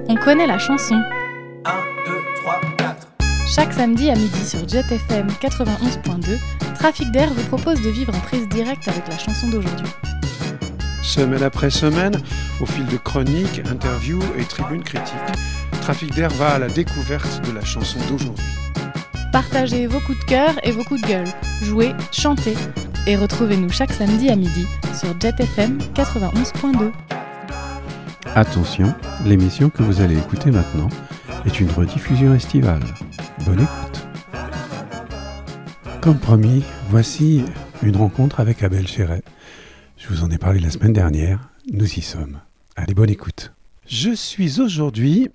On connaît la chanson. 1, 2, 3, 4. Chaque samedi à midi sur Jet FM 91.2, Trafic d'air vous propose de vivre en prise directe avec la chanson d'aujourd'hui. Semaine après semaine, au fil de chroniques, interviews et tribunes critiques, Trafic d'air va à la découverte de la chanson d'aujourd'hui. Partagez vos coups de cœur et vos coups de gueule. Jouez, chantez et retrouvez-nous chaque samedi à midi sur Jet FM 91.2. Attention, l'émission que vous allez écouter maintenant est une rediffusion estivale. Bonne écoute. Comme promis, voici une rencontre avec Abel Chéret. Je vous en ai parlé la semaine dernière, nous y sommes. Allez, bonne écoute. Je suis aujourd'hui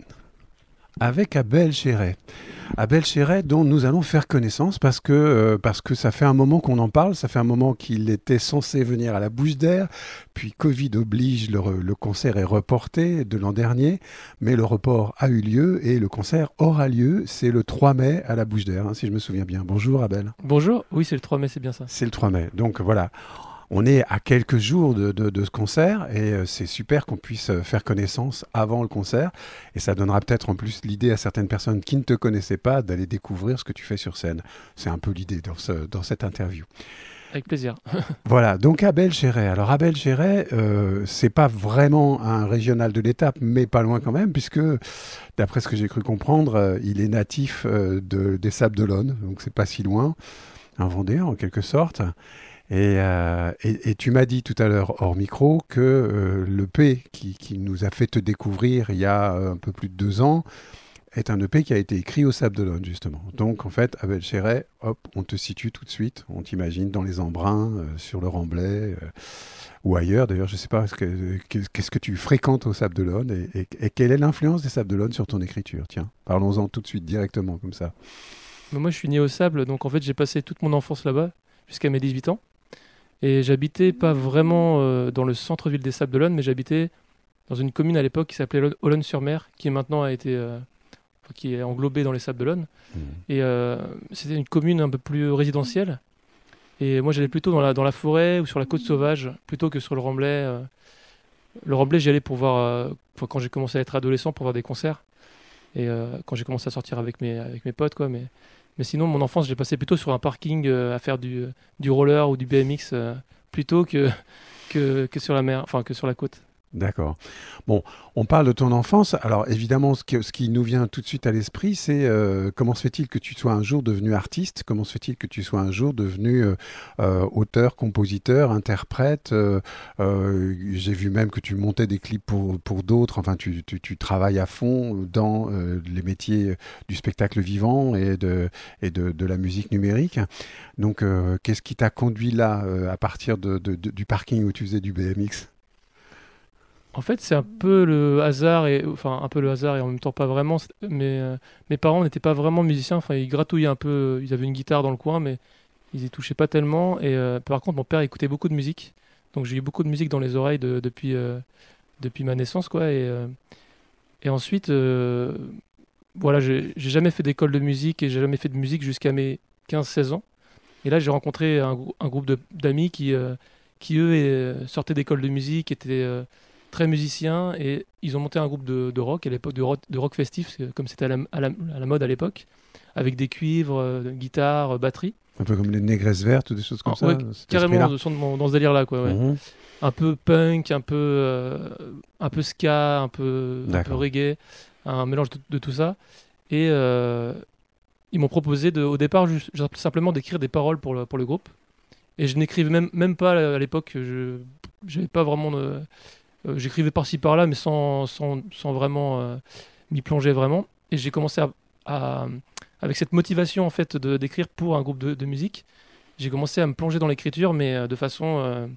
avec Abel Chéret. Abel Chéret dont nous allons faire connaissance parce que ça fait un moment qu'on en parle, ça fait un moment qu'il était censé venir à la Bouche d'Air, puis Covid oblige, le concert est reporté de l'an dernier, mais le report a eu lieu et le concert aura lieu, c'est le 3 mai à la Bouche d'Air, si je me souviens bien. Bonjour Abel. Bonjour, oui c'est le 3 mai, c'est bien ça. C'est le 3 mai, donc voilà. On est à quelques jours de ce concert et c'est super qu'on puisse faire connaissance avant le concert. Et ça donnera peut-être en plus l'idée à certaines personnes qui ne te connaissaient pas d'aller découvrir ce que tu fais sur scène. C'est un peu l'idée dans cette interview. Avec plaisir. Voilà, donc Abel Chéret. Alors Abel Chéret, c'est pas vraiment un régional de l'étape, mais pas loin quand même, puisque d'après ce que j'ai cru comprendre, il est natif des Sables d'Olonne, donc c'est pas si loin, un Vendéen en quelque sorte. Et tu m'as dit tout à l'heure hors micro que l'EP qui nous a fait te découvrir il y a un peu plus de 2 ans est un EP qui a été écrit au Sables d'Olonne justement. Donc en fait, Abel Chéret, hop, on te situe tout de suite, on t'imagine dans les embruns, sur le Remblai ou ailleurs. D'ailleurs, je ne sais pas, qu'est-ce que tu fréquentes au Sables d'Olonne et quelle est l'influence des Sables d'Olonne sur ton écriture? Tiens, parlons-en tout de suite directement comme ça. Moi je suis né au Sable, donc en fait j'ai passé toute mon enfance là-bas jusqu'à mes 18 ans. Et j'habitais pas vraiment dans le centre-ville des Sables d'Olonne, mais j'habitais dans une commune à l'époque qui s'appelait Olonne-sur-Mer, qui maintenant qui est englobée dans les Sables d'Olonne. Et c'était une commune un peu plus résidentielle. Et moi j'allais plutôt dans la forêt ou sur la côte sauvage, plutôt que sur le Remblai. Le Remblai, j'y allais pour voir, quand j'ai commencé à être adolescent, pour voir des concerts. Et quand j'ai commencé à sortir avec mes potes, quoi. Mais sinon, mon enfance, j'ai passé plutôt sur un parking à faire du roller ou du BMX plutôt que sur la mer, enfin que sur la côte. D'accord. Bon, on parle de ton enfance. Alors évidemment, ce qui nous vient tout de suite à l'esprit, c'est comment se fait-il que tu sois un jour devenu artiste? Comment se fait-il que tu sois un jour devenu auteur, compositeur, interprète? J'ai vu même que tu montais des clips pour d'autres. Enfin, tu travailles à fond dans les métiers du spectacle vivant et de la musique numérique. Donc, qu'est-ce qui t'a conduit là, à partir du parking où tu faisais du BMX? En fait, c'est un peu le hasard et en même temps pas vraiment. Mais mes parents n'étaient pas vraiment musiciens. Enfin, ils gratouillaient un peu. Ils avaient une guitare dans le coin, mais ils y touchaient pas tellement. Et par contre, mon père écoutait beaucoup de musique. Donc j'ai eu beaucoup de musique dans les oreilles depuis ma naissance, quoi. Et ensuite, voilà, j'ai jamais fait d'école de musique et j'ai jamais fait de musique jusqu'à mes 15-16 ans. Et là, j'ai rencontré un groupe d'amis qui eux sortaient d'école de musique, étaient très musiciens, et ils ont monté un groupe de rock à l'époque, de rock festif, comme c'était à la mode à l'époque, avec des cuivres, guitare, batterie. Un peu comme les Négresses Vertes ou des choses comme ça. Ouais, carrément dans ce délire-là, quoi. Ouais. Mmh. Un peu punk, un peu ska, un peu reggae, un mélange de tout ça. Et ils m'ont proposé au départ simplement d'écrire des paroles pour le groupe. Et je n'écrivais même pas à l'époque. J'avais pas vraiment j'écrivais par-ci par-là, mais sans vraiment m'y plonger vraiment. Et j'ai commencé avec cette motivation en fait d'écrire pour un groupe de musique. J'ai commencé à me plonger dans l'écriture, mais de façon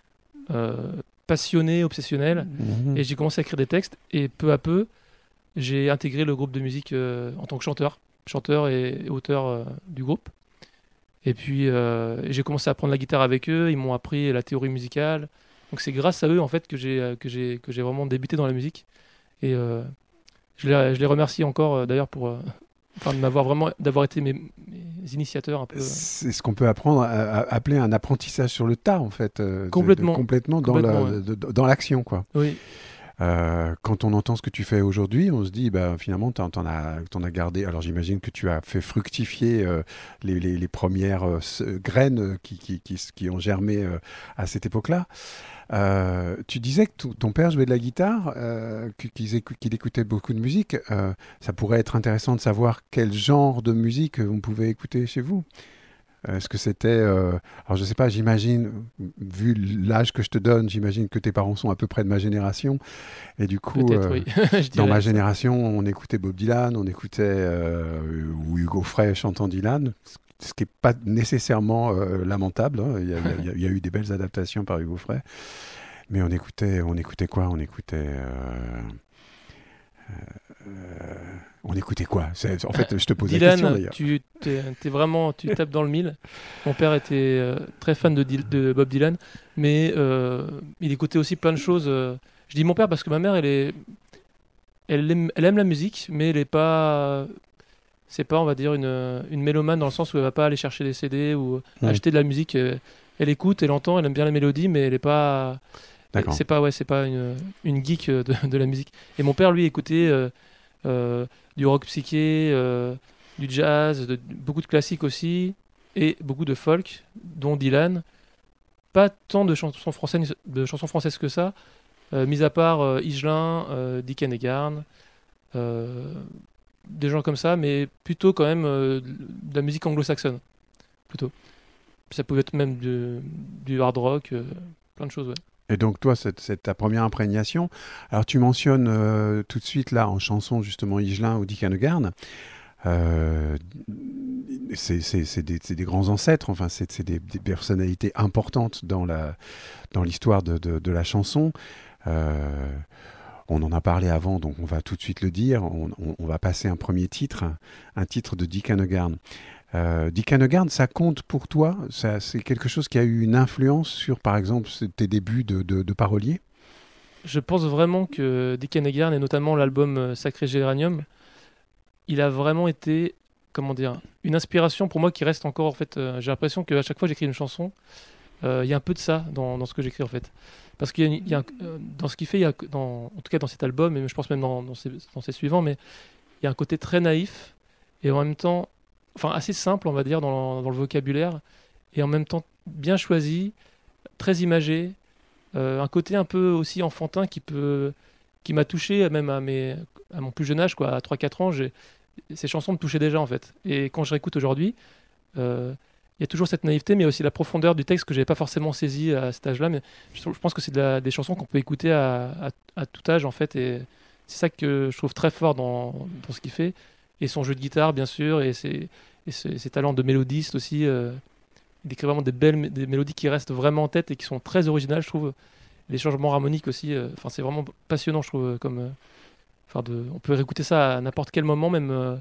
passionnée, obsessionnelle. Et j'ai commencé à écrire des textes. Et peu à peu, j'ai intégré le groupe de musique en tant que chanteur et auteur du groupe. Et puis j'ai commencé à apprendre la guitare avec eux. Ils m'ont appris la théorie musicale. Donc c'est grâce à eux en fait que j'ai vraiment débuté dans la musique. Et je les remercie encore d'ailleurs pour d'avoir été mes initiateurs un peu. C'est ce qu'on peut appeler un apprentissage sur le tas en fait. Complètement Complètement dans l'action quoi. Oui. Quand on entend ce que tu fais aujourd'hui, on se dit, finalement, t'en as gardé. Alors j'imagine que tu as fait fructifier les premières graines qui ont germé à cette époque-là. Tu disais que ton père jouait de la guitare, qu'il écoutait beaucoup de musique. Ça pourrait être intéressant de savoir quel genre de musique on pouvait écouter chez vous. Est-ce que c'était... alors, je ne sais pas, j'imagine, vu l'âge que je te donne, j'imagine que tes parents sont à peu près de ma génération. Et du coup, oui. Dans ma génération, on écoutait Bob Dylan, on écoutait ou Hugo Frey chantant Dylan, ce qui n'est pas nécessairement lamentable. Hein. Il y a eu des belles adaptations par Hugo Frey. Mais on écoutait quoi ? On écoutait quoi ? En fait, je te pose Dylan, la question d'ailleurs. Tu tapes dans le mille. Mon père était très fan de Bob Dylan, mais il écoutait aussi plein de choses. Je dis mon père parce que ma mère, elle aime la musique, mais elle est pas... C'est pas, on va dire, une mélomane dans le sens où elle va pas aller chercher des CD ou acheter de la musique. Elle écoute, elle entend, elle aime bien la mélodie, mais elle est pas... D'accord. C'est pas une geek de la musique. Et mon père, lui, écoutait du rock psyché, du jazz, beaucoup de classiques aussi, et beaucoup de folk, dont Dylan. Pas tant de chansons françaises que ça, mis à part Higelin, Dick Hennegarn, des gens comme ça, mais plutôt quand même de la musique anglo-saxonne. Plutôt. Ça pouvait être même du hard rock, plein de choses, ouais. Et donc toi, c'est ta première imprégnation. Alors tu mentionnes tout de suite là en chanson justement Higelin ou Dick Hennegarn. C'est des grands ancêtres, enfin c'est des personnalités importantes dans l'histoire de la chanson. On en a parlé avant, donc on va tout de suite le dire. On va passer un premier titre, un titre de Dick Hennegarn. Dick Hennegarn, ça compte pour toi ? C'est quelque chose qui a eu une influence sur, par exemple, tes débuts de parolier ? Je pense vraiment que Dick Hennegarn, et notamment l'album Sacré Géranium, il a vraiment été, comment dire, une inspiration pour moi qui reste encore, en fait. J'ai l'impression qu'à chaque fois que j'écris une chanson, il y a un peu de ça dans ce que j'écris, en fait. Parce qu'il y a dans ce qu'il fait, en tout cas dans cet album, et je pense même dans ses suivants, mais il y a un côté très naïf, et en même temps, enfin assez simple, on va dire, dans le vocabulaire, et en même temps bien choisi, très imagé, un côté un peu aussi enfantin qui m'a touché même à mon plus jeune âge, quoi, à 3-4 ans. Ces chansons me touchaient déjà, en fait. Et quand je réécoute aujourd'hui, il y a toujours cette naïveté, mais aussi la profondeur du texte que je n'avais pas forcément saisi à cet âge-là. Mais je pense que c'est des chansons qu'on peut écouter à tout âge, en fait, et c'est ça que je trouve très fort dans ce qu'il fait. Et son jeu de guitare, bien sûr, et ses talents de mélodiste aussi. Il écrit vraiment des mélodies qui restent vraiment en tête et qui sont très originales, je trouve. Les changements harmoniques aussi, c'est vraiment passionnant, je trouve. On peut réécouter ça à n'importe quel moment, même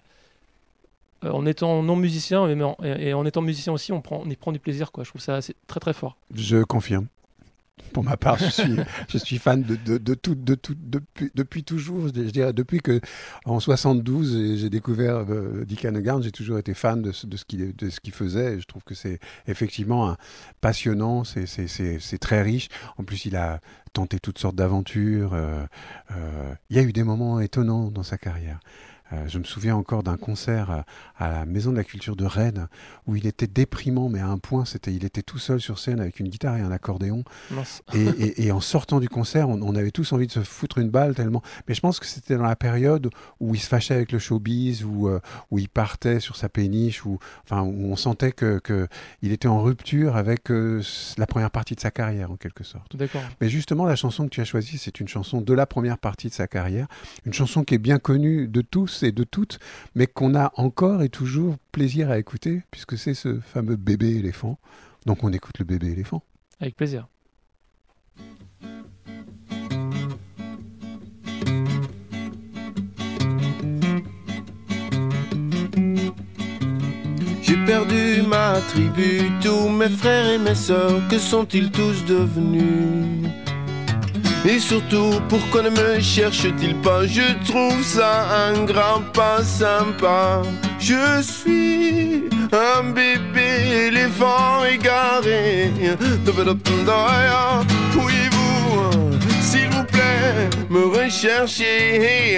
en étant non musicien, et en étant musicien aussi, on y prend du plaisir, quoi. Je trouve ça très très fort. Je confirme. Pour ma part, je suis fan de tout depuis toujours. Je dirais depuis que en 72 j'ai découvert Dick Hennegarn, j'ai toujours été fan de ce qu'il faisait. Et je trouve que c'est effectivement passionnant, c'est très riche. En plus, il a tenté toutes sortes d'aventures. Il y a eu des moments étonnants dans sa carrière. Je me souviens encore d'un concert à la Maison de la Culture de Rennes où il était déprimant, mais à un point, il était tout seul sur scène avec une guitare et un accordéon. Et en sortant du concert, on avait tous envie de se foutre une balle tellement. Mais je pense que c'était dans la période où il se fâchait avec le showbiz, où il partait sur sa péniche, où on sentait qu'il était en rupture avec la première partie de sa carrière, en quelque sorte. D'accord. Mais justement, la chanson que tu as choisie, c'est une chanson de la première partie de sa carrière, une chanson qui est bien connue de tous et de toutes, mais qu'on a encore et toujours plaisir à écouter, puisque c'est ce fameux bébé éléphant. Donc on écoute le bébé éléphant. Avec plaisir. J'ai perdu ma tribu, tous mes frères et mes sœurs, que sont-ils tous devenus ? Et surtout, pourquoi ne me cherche-t-il pas ? Je trouve ça un grand pas sympa. Je suis un bébé éléphant égaré. Pourriez-vous, s'il vous plaît, me rechercher.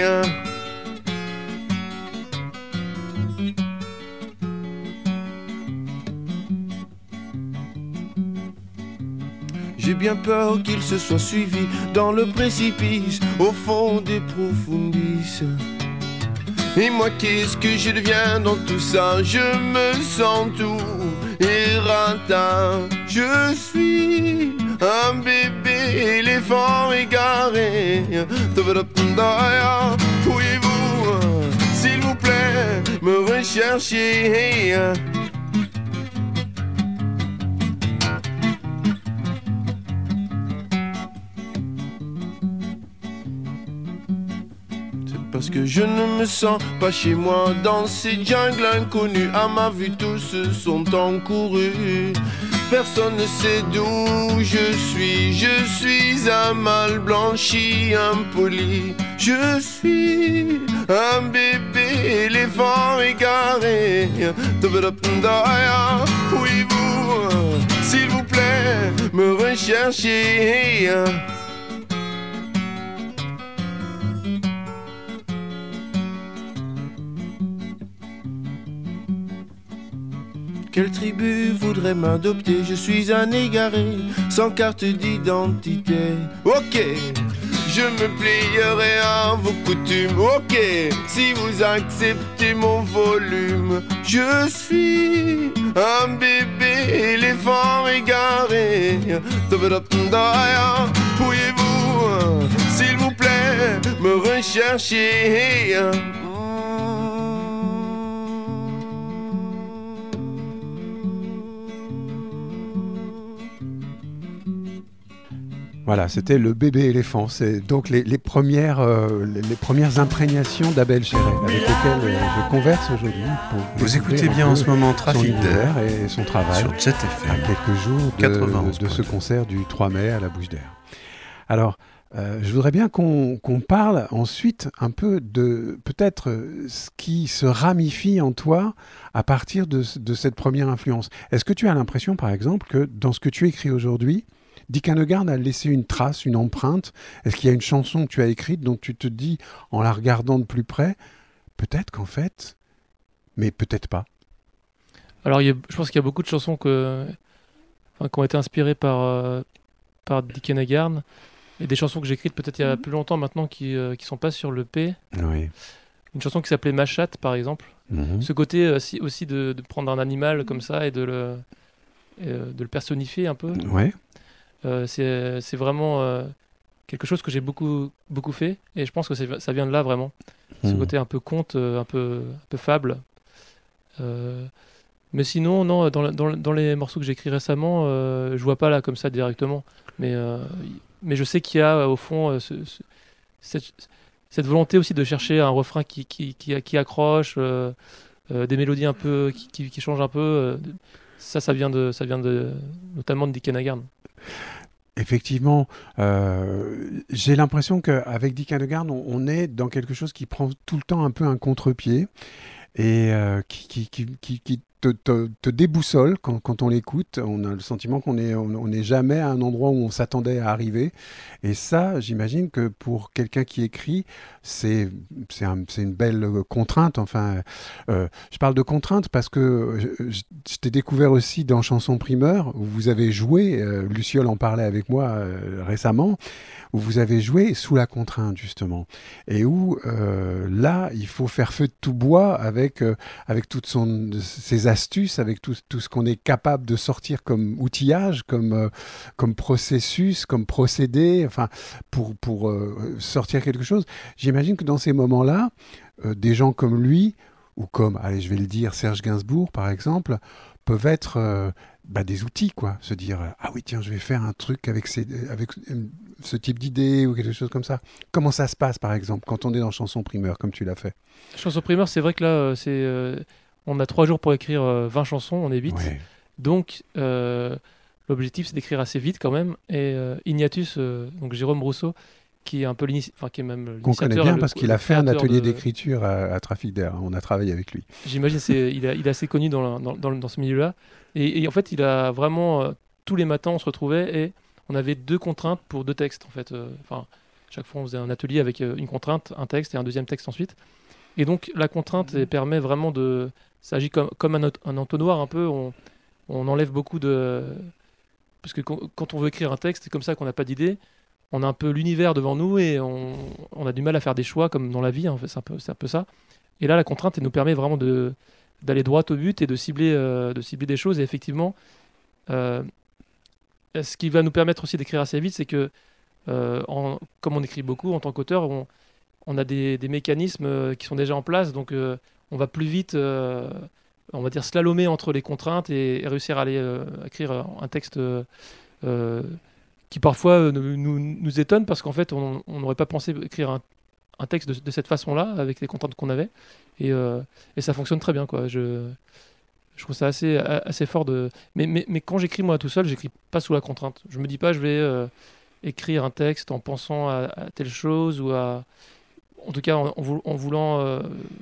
J'ai bien peur qu'il se soit suivi dans le précipice, au fond des profondis. Et moi, qu'est-ce que je deviens dans tout ça? Je me sens tout éreintant. Je suis un bébé éléphant égaré. Pourriez-vous, s'il vous plaît, me rechercher? Parce que je ne me sens pas chez moi dans ces jungles inconnues. À ma vue tous sont encourus. Personne ne sait d'où je suis un mal blanchi, impoli. Je suis un bébé éléphant égaré. Pouvez-vous, s'il vous plaît, me rechercher? Quelle tribu voudrait m'adopter? Je suis un égaré, sans carte d'identité. Ok, je me plierai à vos coutumes. Ok, si vous acceptez mon volume. Je suis un bébé éléphant égaré. Pourriez-vous, s'il vous plaît, me rechercher? Voilà, c'était le bébé éléphant. C'est donc les premières imprégnations d'Abel Chéret, avec lesquelles je converse aujourd'hui. Vous écoutez bien en ce moment Trafic d'air et son travail sur Jet FM, à quelques jours de ce concert du 3 mai à la Bouche d'Air. Alors, je voudrais bien qu'on parle ensuite un peu de peut-être ce qui se ramifie en toi à partir de cette première influence. Est-ce que tu as l'impression, par exemple, que dans ce que tu écris aujourd'hui, Dick Annegarn a laissé une trace, une empreinte? Est-ce qu'il y a une chanson que tu as écrite dont tu te dis, en la regardant de plus près, peut-être qu'en fait, mais peut-être pas? Alors, je pense qu'il y a beaucoup de chansons qui ont été inspirées par Dick Annegarn, et des chansons que j'ai écrites peut-être il y a plus longtemps maintenant qui sont pas sur l'EP. Oui. Une chanson qui s'appelait Ma chatte, par exemple. Mm-hmm. Ce côté aussi de prendre un animal comme ça et de le personnifier un peu. Ouais. C'est vraiment quelque chose que j'ai beaucoup fait, et je pense que ça vient de là vraiment. Ce côté un peu conte, un peu fable. Mais sinon, non, dans les morceaux que j'ai écrits récemment, je vois pas là comme ça directement. Mais je sais qu'il y a au fond cette volonté aussi de chercher un refrain qui accroche, des mélodies un peu qui changent un peu. Ça vient notamment de Dick Annegarn. Effectivement, j'ai l'impression qu'avec Dick Annegarn, on est dans quelque chose qui prend tout le temps un peu un contre-pied et qui te déboussole quand on l'écoute. On a le sentiment qu'on n'est jamais à un endroit où on s'attendait à arriver. Et ça, j'imagine que pour quelqu'un qui écrit, c'est une belle contrainte. Enfin, je parle de contrainte parce que je t'ai découvert aussi dans Chanson Primeur, où vous avez joué, Luciole en parlait avec moi récemment, où vous avez joué sous la contrainte, justement. Et où, là, il faut faire feu de tout bois avec toutes ses astuces, avec tout ce qu'on est capable de sortir comme outillage, comme processus, comme procédé, enfin, pour sortir quelque chose. J'imagine que dans ces moments-là, des gens comme lui, ou comme, allez, je vais le dire, Serge Gainsbourg, par exemple, peuvent être des outils, quoi. Se dire, ah oui, tiens, je vais faire un truc avec ce type d'idée ou quelque chose comme ça. Comment ça se passe, par exemple, quand on est dans Chanson Primeur, comme tu l'as fait? Chanson Primeur, c'est vrai que là, on a 3 jours pour écrire 20 chansons, on est 8. Ouais. Donc, l'objectif, c'est d'écrire assez vite quand même. Et Ignatius, donc Jérôme Rousseau, qui est un peu qui est même l'initiateur. Qu'on connaît bien parce qu'il a fait un atelier de... d'écriture à Trafic d'air. On a travaillé avec lui. J'imagine il est assez connu dans ce milieu-là. Et en fait, il a vraiment... tous les matins, on se retrouvait et on avait 2 contraintes pour 2 textes, en fait. Chaque fois, on faisait un atelier avec une contrainte, un texte et un deuxième texte ensuite. Et donc, la contrainte permet vraiment de... Ça agit comme un entonnoir un peu. On enlève beaucoup de... Parce que quand on veut écrire un texte, c'est comme ça qu'on n'a pas d'idée. On a un peu l'univers devant nous et on a du mal à faire des choix comme dans la vie. En fait, c'est un peu ça. Et là, la contrainte, elle nous permet vraiment d'aller droit au but et de cibler des choses. Et effectivement, ce qui va nous permettre aussi d'écrire assez vite, c'est que, comme on écrit beaucoup en tant qu'auteur, on a des mécanismes qui sont déjà en place. Donc, on va plus vite, on va dire, slalomer entre les contraintes et réussir à aller écrire un texte qui parfois nous étonne parce qu'en fait, on n'aurait pas pensé écrire un texte de cette façon-là, avec les contraintes qu'on avait. Et ça fonctionne très bien, quoi. Je trouve ça assez fort de... Mais quand j'écris moi tout seul, j'écris pas sous la contrainte. Je me dis pas, je vais écrire un texte en pensant à telle chose ou à... En tout cas, en voulant...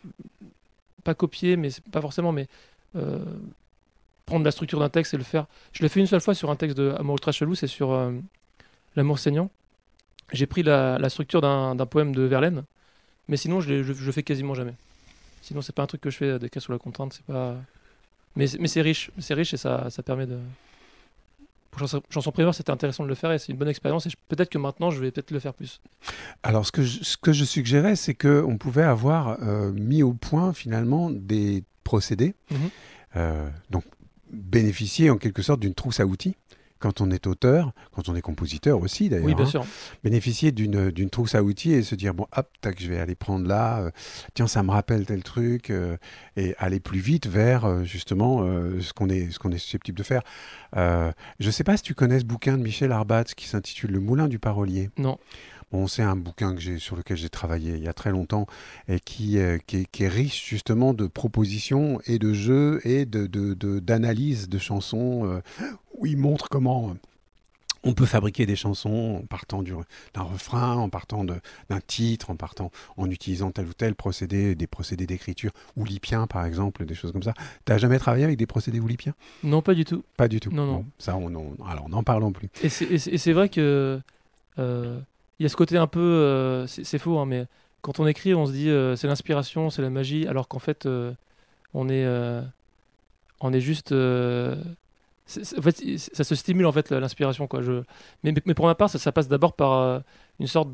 pas copier, mais c'est pas forcément, mais prendre la structure d'un texte et le faire. Je l'ai fait une seule fois sur un texte de Amour ultra chelou, c'est sur L'amour saignant. J'ai pris la structure d'un poème de Verlaine, mais sinon je fais quasiment jamais. Sinon c'est pas un truc que je fais des cas sous la contrainte, c'est pas. Mais c'est riche et ça permet de. Pour chanson primeur, c'était intéressant de le faire et c'est une bonne expérience et peut-être que maintenant je vais peut-être le faire plus. Alors ce que je suggérais, c'est qu'on pouvait avoir mis au point finalement des procédés, donc bénéficier en quelque sorte d'une trousse à outils. Quand on est auteur, quand on est compositeur aussi d'ailleurs, oui, bien sûr. Bénéficier d'une trousse à outils et se dire, bon, hop, tac, je vais aller prendre là, tiens, ça me rappelle tel truc, et aller plus vite vers justement ce qu'on est susceptible de faire. Je ne sais pas si tu connais ce bouquin de Michel Arbatz qui s'intitule Le Moulin du Parolier. Non. Bon, c'est un bouquin sur lequel j'ai travaillé il y a très longtemps et qui est riche justement de propositions et de jeux et d'analyses de chansons où il montre comment on peut fabriquer des chansons en partant d'un refrain, en partant d'un titre, en utilisant tel ou tel procédé, des procédés d'écriture oulipiens par exemple, des choses comme ça. Tu n'as jamais travaillé avec des procédés oulipiens ? Non, pas du tout. Pas du tout. Non, non. Bon, ça, alors n'en parlons plus. Et c'est vrai que il y a ce côté un peu, c'est faux, hein, mais quand on écrit, on se dit c'est l'inspiration, c'est la magie, alors qu'en fait, on est juste. En fait, ça se stimule en fait l'inspiration, quoi. Mais pour ma part, ça passe d'abord par une sorte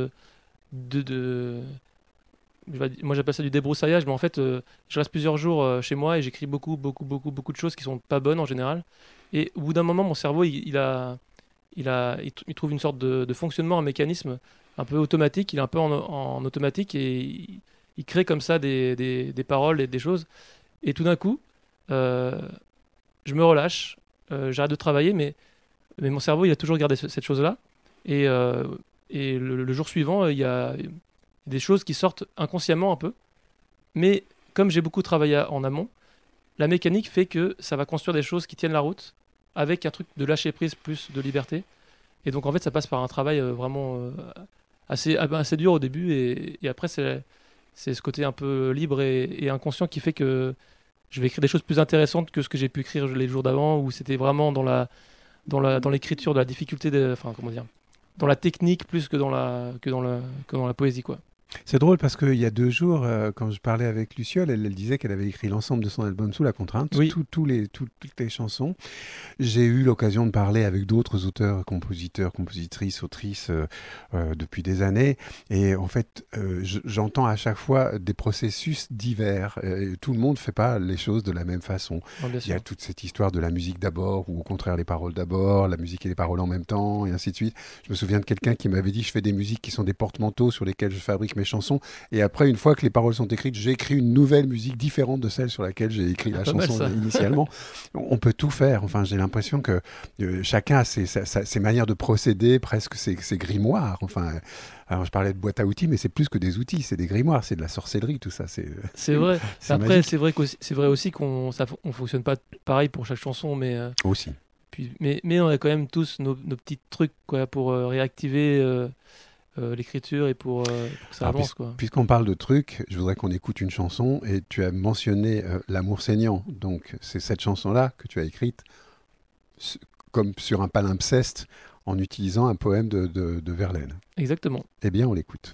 moi j'appelle ça du débroussaillage, mais en fait, je reste plusieurs jours chez moi et j'écris beaucoup de choses qui sont pas bonnes en général. Et au bout d'un moment, mon cerveau, il trouve une sorte de fonctionnement, un mécanisme un peu automatique. Il est un peu en automatique et il crée comme ça des paroles et des choses. Et tout d'un coup, je me relâche, j'arrête de travailler, mais mon cerveau, il a toujours gardé cette chose-là. Et le jour suivant, il y a des choses qui sortent inconsciemment un peu. Mais comme j'ai beaucoup travaillé en amont, la mécanique fait que ça va construire des choses qui tiennent la route, avec un truc de lâcher prise plus de liberté. Et donc en fait ça passe par un travail vraiment assez dur au début et après c'est ce côté un peu libre et inconscient qui fait que je vais écrire des choses plus intéressantes que ce que j'ai pu écrire les jours d'avant où c'était vraiment dans l'écriture de la difficulté dans la technique plus que dans la poésie, quoi. C'est drôle parce qu'il y a 2 jours, quand je parlais avec Luciole, elle disait qu'elle avait écrit l'ensemble de son album sous la contrainte, oui. Toutes les chansons. J'ai eu l'occasion de parler avec d'autres auteurs, compositeurs, compositrices, autrices depuis des années. Et en fait, j'entends à chaque fois des processus divers. Tout le monde ne fait pas les choses de la même façon. Il y a toute cette histoire de la musique d'abord, ou au contraire les paroles d'abord, la musique et les paroles en même temps, et ainsi de suite. Je me souviens de quelqu'un qui m'avait dit « Je fais des musiques qui sont des porte-manteaux sur lesquels je fabrique mes chansons et après une fois que les paroles sont écrites j'écris une nouvelle musique différente de celle sur laquelle j'ai écrit la chanson initialement. On peut tout faire, enfin j'ai l'impression que chacun a ses manières de procéder, presque ses grimoires, enfin alors je parlais de boîte à outils mais c'est plus que des outils, c'est des grimoires, c'est de la sorcellerie tout ça, c'est vrai. Après c'est vrai aussi qu'on fonctionne pas pareil pour chaque chanson mais aussi. Puis, mais on a quand même tous nos petits trucs quoi pour réactiver l'écriture et pour que ça avance, quoi. Puisqu'on parle de trucs, je voudrais qu'on écoute une chanson et tu as mentionné L'amour saignant, donc c'est cette chanson-là que tu as écrite comme sur un palimpseste en utilisant un poème de Verlaine. Exactement. Eh bien, on l'écoute.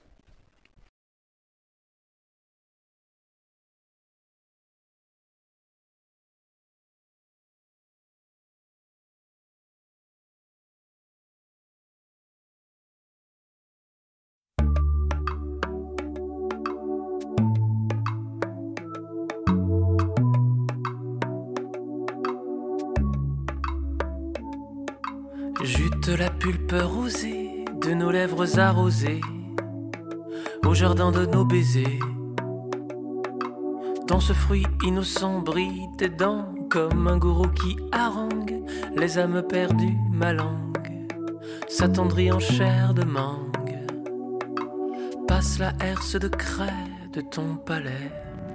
Jute la pulpe rosée de nos lèvres arrosées au jardin de nos baisers. Dans ce fruit innocent brille tes dents comme un gourou qui harangue les âmes perdues, ma langue s'attendrit en chair de mangue. Passe la herse de craie de ton palais.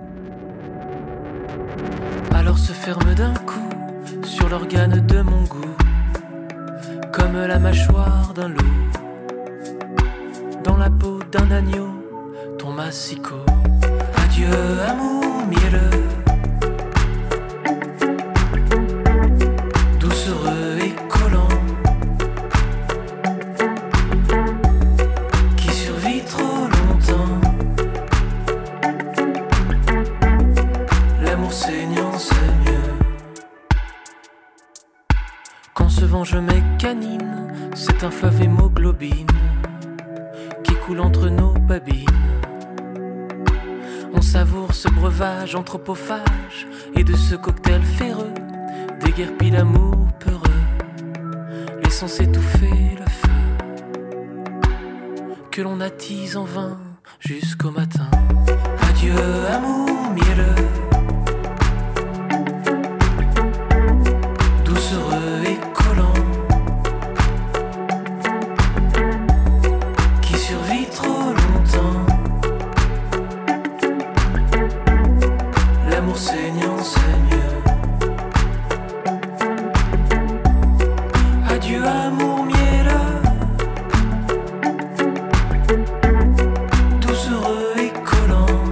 Alors se ferme d'un coup sur l'organe de mon goût, comme la mâchoire d'un loup, dans la peau d'un agneau, ton massicot. Adieu amour mielleux, doucereux et collant, qui survit trop longtemps. L'amour saignant c'est mieux. Quand ce venge mes canines, c'est un fleuve hémoglobine qui coule entre nos babines. On savoure ce breuvage anthropophage et de ce cocktail féreux déguerpit l'amour peureux, laissant s'étouffer le feu que l'on attise en vain jusqu'au matin. Adieu amour mielleux, doucereux et collant, qui survit trop longtemps. L'amour saignant c'est mieux. Adieu amour mielleux, doucereux et collant,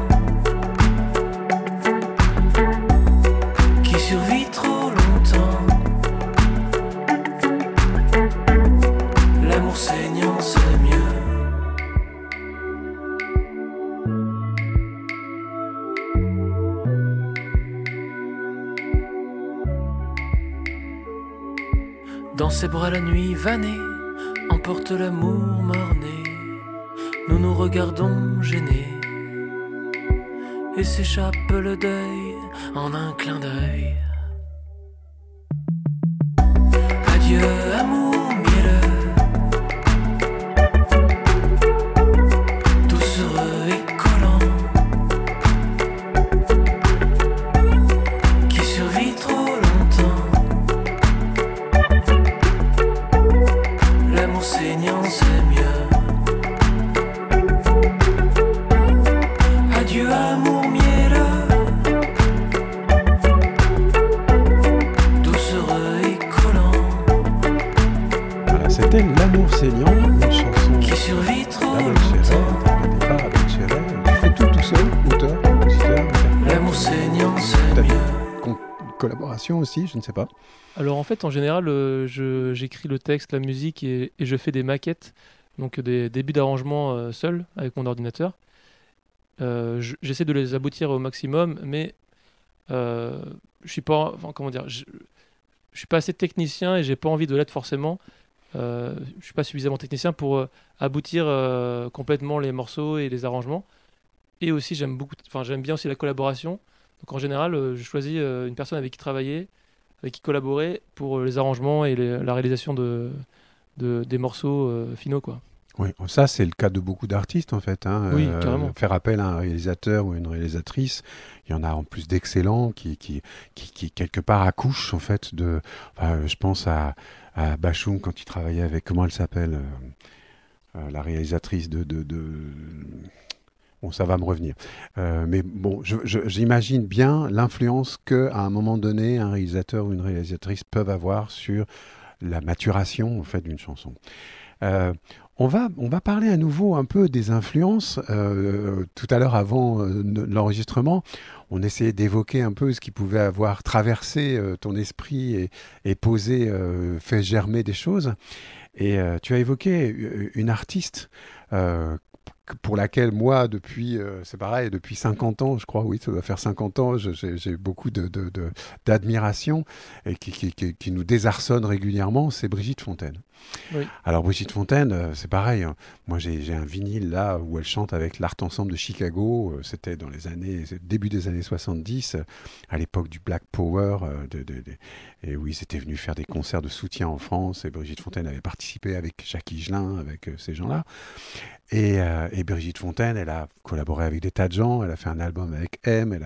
qui survit trop longtemps. L'amour saignant c'est mieux. Dans ses bras la nuit vannée emporte l'amour mort-né. Nous nous regardons gênés et s'échappe le deuil en un clin d'œil. Adieu amour mielleux, doucereux et collant, qui survit trop longtemps. L'amour saignant c'est mieux. Adieu amour mielleux, doucereux et collant, Voilà, c'était L'amour saignant, une chanson qui survit trop d'Abel Chéret, longtemps. interprétée par Abel Chéret. Tu fais tout seul, auteur, compositeur, interprète. L'amour saignant c'est T'as mieux. des collaborations aussi, je ne sais pas. Alors en fait, en général, j'écris le texte, la musique et je fais des maquettes, donc des débuts d'arrangement seul avec mon ordinateur. J'essaie de les aboutir au maximum, mais je suis pas, enfin, comment dire, je suis pas assez technicien et j'ai pas envie de l'être forcément. Je suis pas suffisamment technicien pour aboutir complètement les morceaux et les arrangements. Et aussi, j'aime bien aussi la collaboration. Donc en général, je choisis une personne avec qui travailler, avec qui collaborer pour les arrangements et la réalisation des morceaux finaux, quoi. Oui, ça c'est le cas de beaucoup d'artistes en fait. Hein. Oui, carrément. Faire appel à un réalisateur ou une réalisatrice, il y en a en plus d'excellents qui quelque part accouchent en fait de. Enfin, je pense à Bachung quand il travaillait avec, comment elle s'appelle, la réalisatrice de Bon, ça va me revenir. Mais bon, j'imagine bien l'influence qu'à un moment donné, un réalisateur ou une réalisatrice peuvent avoir sur la maturation en fait d'une chanson. On va parler à nouveau un peu des influences. Tout à l'heure, avant l'enregistrement, on essayait d'évoquer un peu ce qui pouvait avoir traversé ton esprit et posé, fait germer des choses. Et tu as évoqué une artiste pour laquelle moi, c'est pareil, depuis 50 ans, je crois, oui, ça doit faire 50 ans, j'ai beaucoup d'admiration et qui nous désarçonne régulièrement, c'est Brigitte Fontaine. Oui. Alors Brigitte Fontaine, c'est pareil, hein. Moi j'ai un vinyle là où elle chante avec l'Art Ensemble de Chicago, c'était dans début des années 70, à l'époque du Black Power, et où ils étaient venus faire des concerts de soutien en France, et Brigitte Fontaine avait participé avec Jacques Higelin, avec ces gens-là. Et Brigitte Fontaine, elle a collaboré avec des tas de gens, elle a fait un album avec M,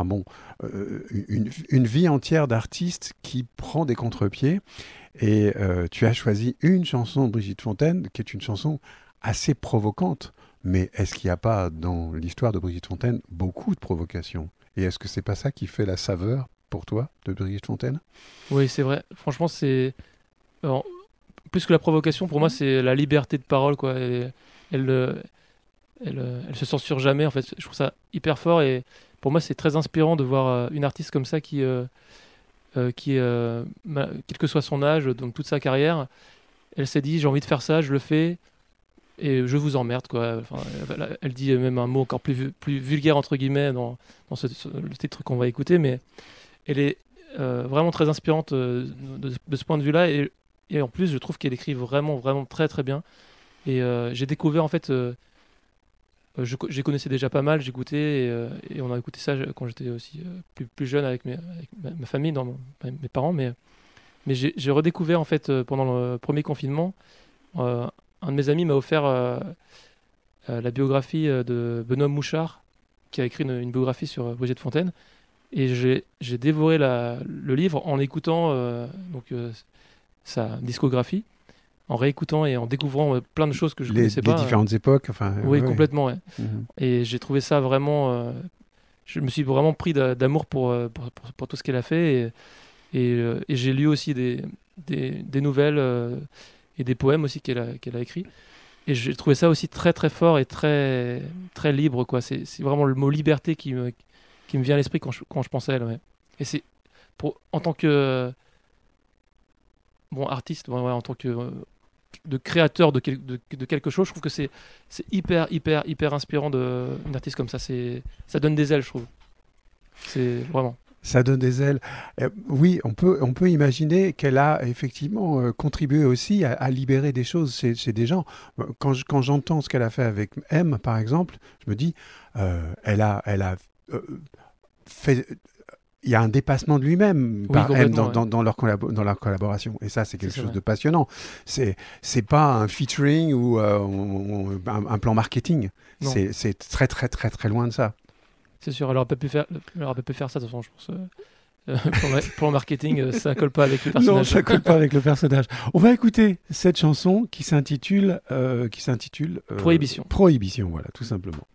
une vie entière d'artiste qui prend des contre-pieds. Et tu as choisi une chanson de Brigitte Fontaine qui est une chanson assez provocante. Mais est-ce qu'il n'y a pas dans l'histoire de Brigitte Fontaine beaucoup de provocations ? Et est-ce que c'est pas ça qui fait la saveur pour toi de Brigitte Fontaine ? Oui, c'est vrai. Franchement, c'est... Alors, plus que la provocation, pour moi, c'est la liberté de parole, quoi. Elle se censure jamais, en fait. Je trouve ça hyper fort et pour moi, c'est très inspirant de voir une artiste comme ça qui quel que soit son âge, donc toute sa carrière, elle s'est dit j'ai envie de faire ça, je le fais et je vous emmerde, quoi. Enfin, elle dit même un mot encore plus vulgaire entre guillemets dans le titre qu'on va écouter, mais elle est vraiment très inspirante de ce point de vue-là et en plus je trouve qu'elle écrit vraiment très très bien et j'ai découvert en fait je connaissais déjà pas mal, j'écoutais et on a écouté ça quand j'étais aussi plus jeune avec ma famille, mes parents, mais j'ai redécouvert en fait pendant le premier confinement, un de mes amis m'a offert la biographie de Benoît Mouchard qui a écrit une biographie sur Brigitte Fontaine et j'ai dévoré le livre en écoutant sa discographie, en réécoutant et en découvrant plein de choses que je ne connaissais pas. Les différentes époques, enfin... Oui, complètement, ouais. Et j'ai trouvé ça vraiment... je me suis vraiment pris d'amour pour tout ce qu'elle a fait. Et j'ai lu aussi des nouvelles et des poèmes aussi qu'elle a écrits. Et j'ai trouvé ça aussi très, très fort et très, très libre, quoi. C'est vraiment le mot liberté qui me vient à l'esprit quand je pense à elle, ouais. Et c'est... en tant que... artiste, en tant que... de créateur de quelque chose, je trouve que c'est hyper inspirant une artiste comme ça. Ça donne des ailes, je trouve. C'est vraiment... Ça donne des ailes. Oui, on peut imaginer qu'elle a effectivement contribué aussi à libérer des choses chez des gens. Quand j'entends ce qu'elle a fait avec M, par exemple, je me dis, elle a fait... Il y a un dépassement de lui-même par M dans leur collaboration. Et ça, c'est quelque chose de passionnant. C'est pas un featuring ou un plan marketing. C'est très, très, très, très loin de ça. C'est sûr. Elle aurait pas pu faire ça, de toute façon, je pense. Pour le marketing, ça colle pas avec le personnage. Non, ça colle pas avec le personnage. On va écouter cette chanson qui s'intitule Prohibition. Prohibition, voilà, tout simplement.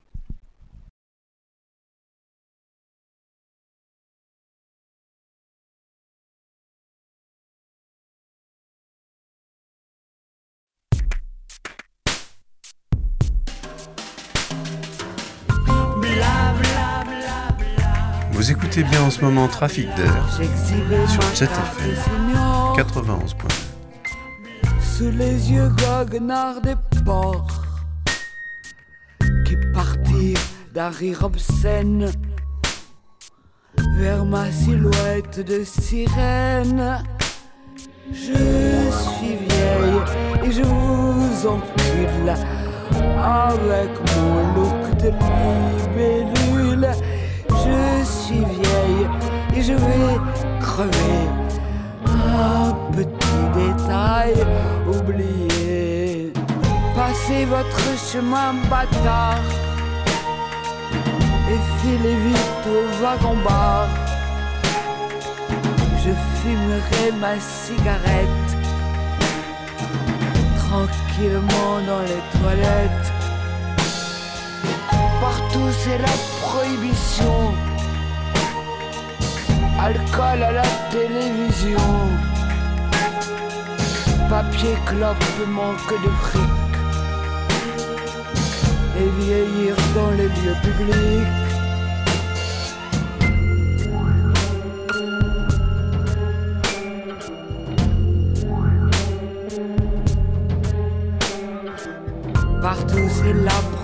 Vous écoutez bien en ce moment Trafic d'air sur Jet FM 91.2. Sous les yeux goguenards des porcs qui partirent d'un rire obscène vers ma silhouette de sirène. Je suis vieille et je vous encule avec mon look de libellule. Je suis vieille et je vais crever. Un petit détail oublié. Passez votre chemin bâtard et filez vite au wagon-bar. Je fumerai ma cigarette tranquillement dans les toilettes. Partout c'est la prohibition. Alcool à la télévision. Papier, clope, manque de fric. Et vieillir dans les lieux publics.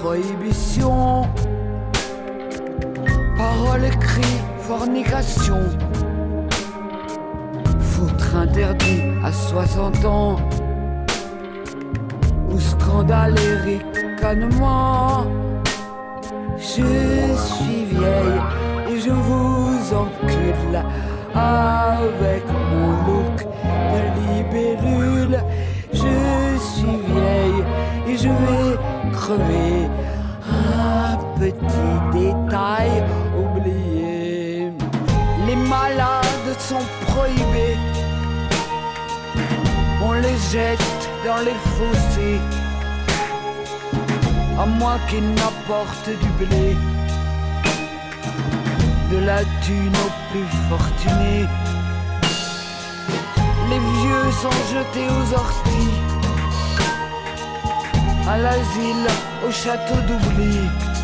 prohibition. Paroles, cris, fornication. Foutre interdit à 60 ans. Ou scandale et ricanement. Je suis vieille et je vous encule avec mon look de libellule. Je suis vieille et je vais crever. Un petit détail oublié. Les malades sont prohibés. On les jette dans les fossés. À moins qu'ils n'apportent du blé, de la thune aux plus fortunés. Les vieux sont jetés aux orties, à l'asile, au château d'oubli.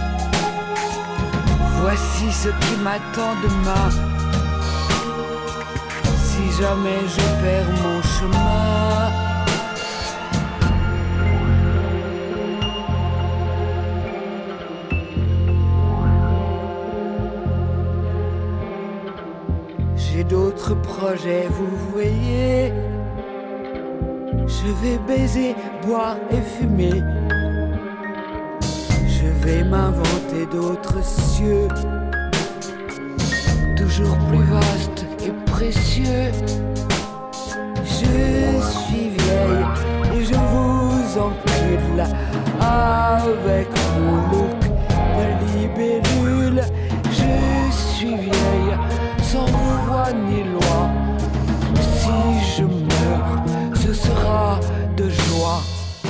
Voici ce qui m'attend demain, si jamais je perds mon chemin. J'ai d'autres projets, vous voyez. Je vais baiser, boire et fumer. Je vais m'inventer d'autres cieux, toujours plus vastes et précieux. Je suis vieille et je vous encule avec mon look de libellule. Je suis vieille sans foi ni loi. Si je meurs, ce sera de joie.